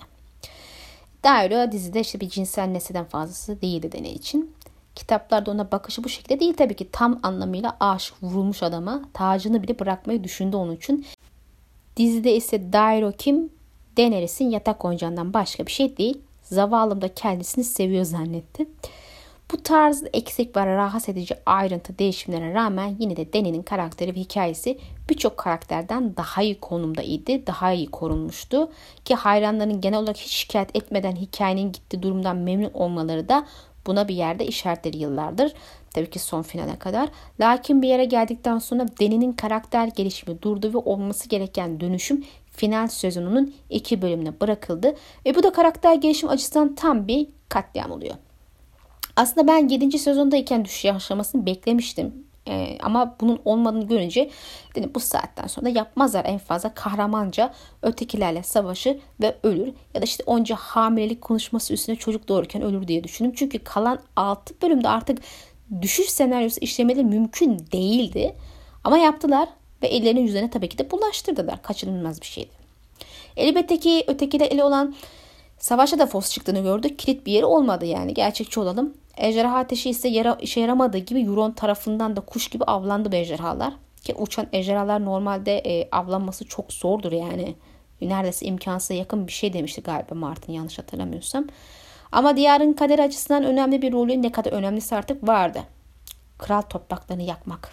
Daryl dizide bir cinsel nesneden fazlası değildi Dany için. Kitaplarda ona bakışı bu şekilde değil tabii ki. Tam anlamıyla aşık vurulmuş adama tacını bile bırakmayı düşündü onun için. Dizide ise Daryl kim? Daenerys'in yatak oyuncağından başka bir şey değil. Zavallım da kendisini seviyor zannetti. Bu tarz eksik ve rahatsız edici ayrıntı değişimlerine rağmen yine de Dany'nin karakteri ve hikayesi birçok karakterden daha iyi konumdaydı, daha iyi korunmuştu. Ki hayranların genel olarak hiç şikayet etmeden hikayenin gittiği durumdan memnun olmaları da buna bir yerde işaretleri yıllardır. Tabii ki son finale kadar. Lakin bir yere geldikten sonra Dany'nin karakter gelişimi durdu ve olması gereken dönüşüm final sezonunun 2 bölümüne bırakıldı. Ve bu da karakter gelişim açısından tam bir katliam oluyor. Aslında ben 7. sezondayken düşüş aşamasını beklemiştim. Ama bunun olmadığını görünce dedim bu saatten sonra yapmazlar, en fazla kahramanca ötekilerle savaşır ve ölür. Ya da işte onca hamilelik konuşması üstüne çocuk doğururken ölür diye düşündüm. Çünkü kalan 6 bölümde artık düşüş senaryosu işlemeleri mümkün değildi. Ama yaptılar ve ellerinin yüzüne tabii ki de bulaştırdılar. Kaçınılmaz bir şeydi. Elbette ki ötekiyle ele olan savaşa da fos çıktığını gördük. Kilit bir yeri olmadı yani. Gerçekçi olalım. Ejderha ateşi ise işe yaramadığı gibi Euron tarafından da kuş gibi avlandı bu ejderhalar. Ki uçan ejderhalar normalde avlanması çok zordur yani. Neredeyse imkansıza yakın bir şey demişti galiba Martin, yanlış hatırlamıyorsam. Ama diyarın kaderi açısından önemli bir rolü, ne kadar önemlisi artık, vardı. Kral topraklarını yakmak.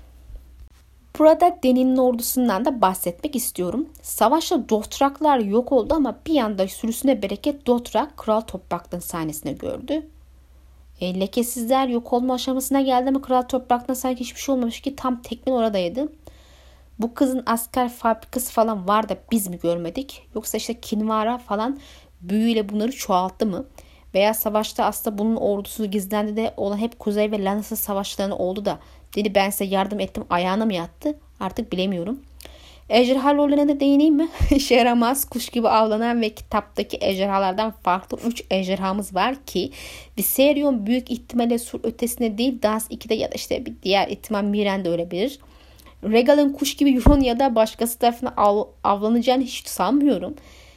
Burada Dany'nin ordusundan da bahsetmek istiyorum. Savaşta Dothraklar yok oldu ama bir anda sürüsüne bereket Dothrak kral topraklarının sahnesine gördü. Lekesizler yok olma aşamasına geldi ama kral topraklarına sanki hiçbir şey olmamış ki tam tekmen oradaydı. Bu kızın asker fabrikası falan var da biz mi görmedik? Yoksa işte Kinvara falan büyüyle bunları çoğalttı mı? Veya savaşta aslında bunun ordusu gizlendi de olan hep Kuzey ve Lannister savaşlarını oldu da dedi ben size yardım ettim ayağına mı yattı? Artık bilemiyorum. Ejderha rollerine de değineyim mi? İşe yaramaz, kuş gibi avlanan ve kitaptaki ejderhalardan farklı 3 ejderhamız var ki Viserion büyük ihtimalle sur ötesinde değil Dans 2'de ya da işte bir diğer ihtimal Miren'de ölebilir. Rhaegal'ın kuş gibi Euron ya da başkası tarafından avlanacağını hiç sanmıyorum.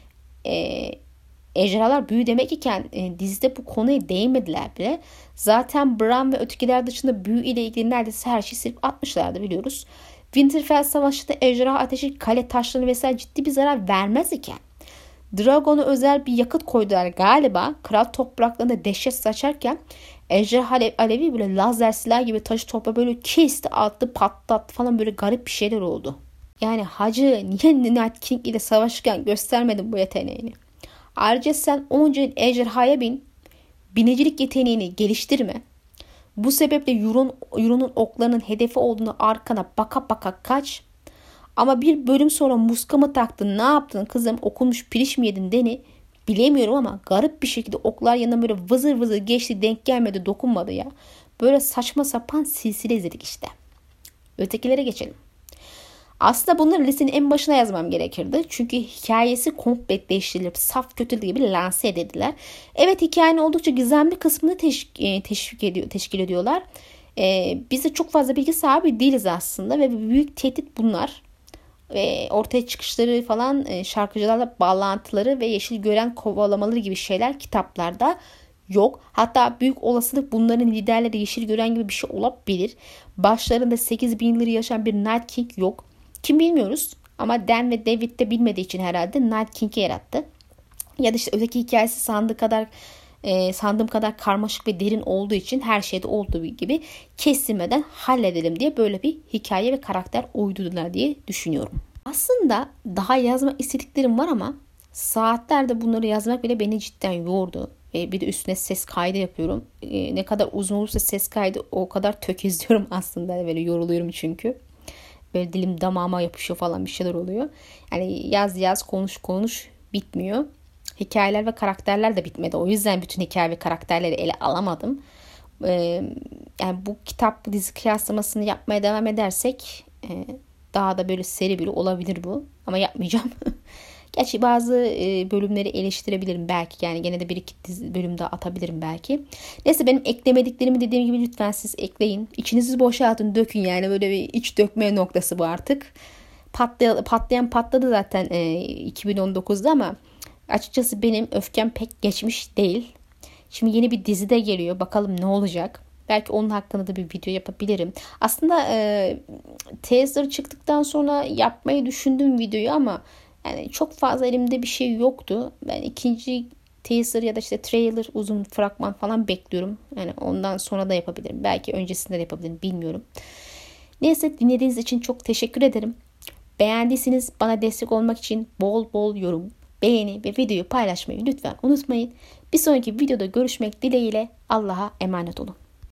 Ejderhalar büyü demek iken dizide bu konuya değinmediler bile. Zaten Bran ve ötekiler dışında büyü ile ilgili neredeyse her şeyi silip atmışlardı biliyoruz. Winterfell Savaşı'nda ejderha ateşi kale taşlarına vesaire ciddi bir zarar vermez iken Drogon'a özel bir yakıt koydular galiba. Kral topraklarında dehşet saçarken ejderha alevi böyle lazer silah gibi taşı topa böyle kesti, attı, patlattı falan, böyle garip bir şeyler oldu. Yani hacı niye Night King ile savaşırken göstermedin bu yeteneğini? Ayrıca sen onca ejderhaya binicilik yeteneğini geliştirme. Bu sebeple Euron'un oklarının hedefi olduğunu arkana baka baka kaç. Ama bir bölüm sonra muska mı taktın, ne yaptın kızım, okunmuş piliç mi yedin Dany bilemiyorum ama garip bir şekilde oklar yanına böyle vızır vızır geçti, denk gelmedi, dokunmadı ya. Böyle saçma sapan silsile izledik işte. Ötekilere geçelim. Aslında bunları listenin en başına yazmam gerekirdi. Çünkü hikayesi komple değiştirilip saf kötü gibi lanse edildiler. Evet, hikayenin oldukça gizemli kısmını teşkil ediyorlar. Biz de çok fazla bilgi sahibi değiliz aslında ve büyük tehdit bunlar. Ve ortaya çıkışları falan, şarkıcılarla bağlantıları ve yeşil gören kovalamaları gibi şeyler kitaplarda yok. Hatta büyük olasılık bunların liderleri yeşil gören gibi bir şey olabilir. Başlarında 8000 yılları yaşayan bir Night King yok. Kim bilmiyoruz ama Dan ve David de bilmediği için herhalde Night King'i yarattı. Ya da işte öteki hikayesi sandığım kadar karmaşık ve derin olduğu için her şeyde olduğu gibi kesilmeden halledelim diye böyle bir hikaye ve karakter uydurdular diye düşünüyorum. Aslında daha yazma istediklerim var ama saatlerde bunları yazmak bile beni cidden yordu. Bir de üstüne ses kaydı yapıyorum. Ne kadar uzun olursa ses kaydı o kadar tökezliyorum aslında. Böyle yoruluyorum çünkü. Böyle dilim damağıma yapışıyor falan, bir şeyler oluyor. Yani yaz konuş bitmiyor. Hikayeler ve karakterler de bitmedi. O yüzden bütün hikaye ve karakterleri ele alamadım. Yani bu kitap dizi kıyaslamasını yapmaya devam edersek daha da böyle seri biri olabilir bu. Ama yapmayacağım. Gerçi bazı bölümleri eleştirebilirim belki. Yani gene de bir iki bölüm daha atabilirim belki. Neyse, benim eklemediklerimi dediğim gibi lütfen siz ekleyin. İçinizi boşaltın, dökün yani. Böyle bir iç dökme noktası bu artık. Patlayan patladı zaten 2019'da ama açıkçası benim öfkem pek geçmiş değil. Şimdi yeni bir dizi de geliyor. Bakalım ne olacak. Belki onun hakkında da bir video yapabilirim. Aslında teaser çıktıktan sonra yapmayı düşündüm videoyu ama yani çok fazla elimde bir şey yoktu. Ben ikinci teaser ya da işte trailer, uzun fragman falan bekliyorum. Yani ondan sonra da yapabilirim. Belki öncesinde de yapabilirim, bilmiyorum. Neyse, dinlediğiniz için çok teşekkür ederim. Beğendiyseniz bana destek olmak için bol bol yorum, beğeni ve videoyu paylaşmayı lütfen unutmayın. Bir sonraki videoda görüşmek dileğiyle Allah'a emanet olun.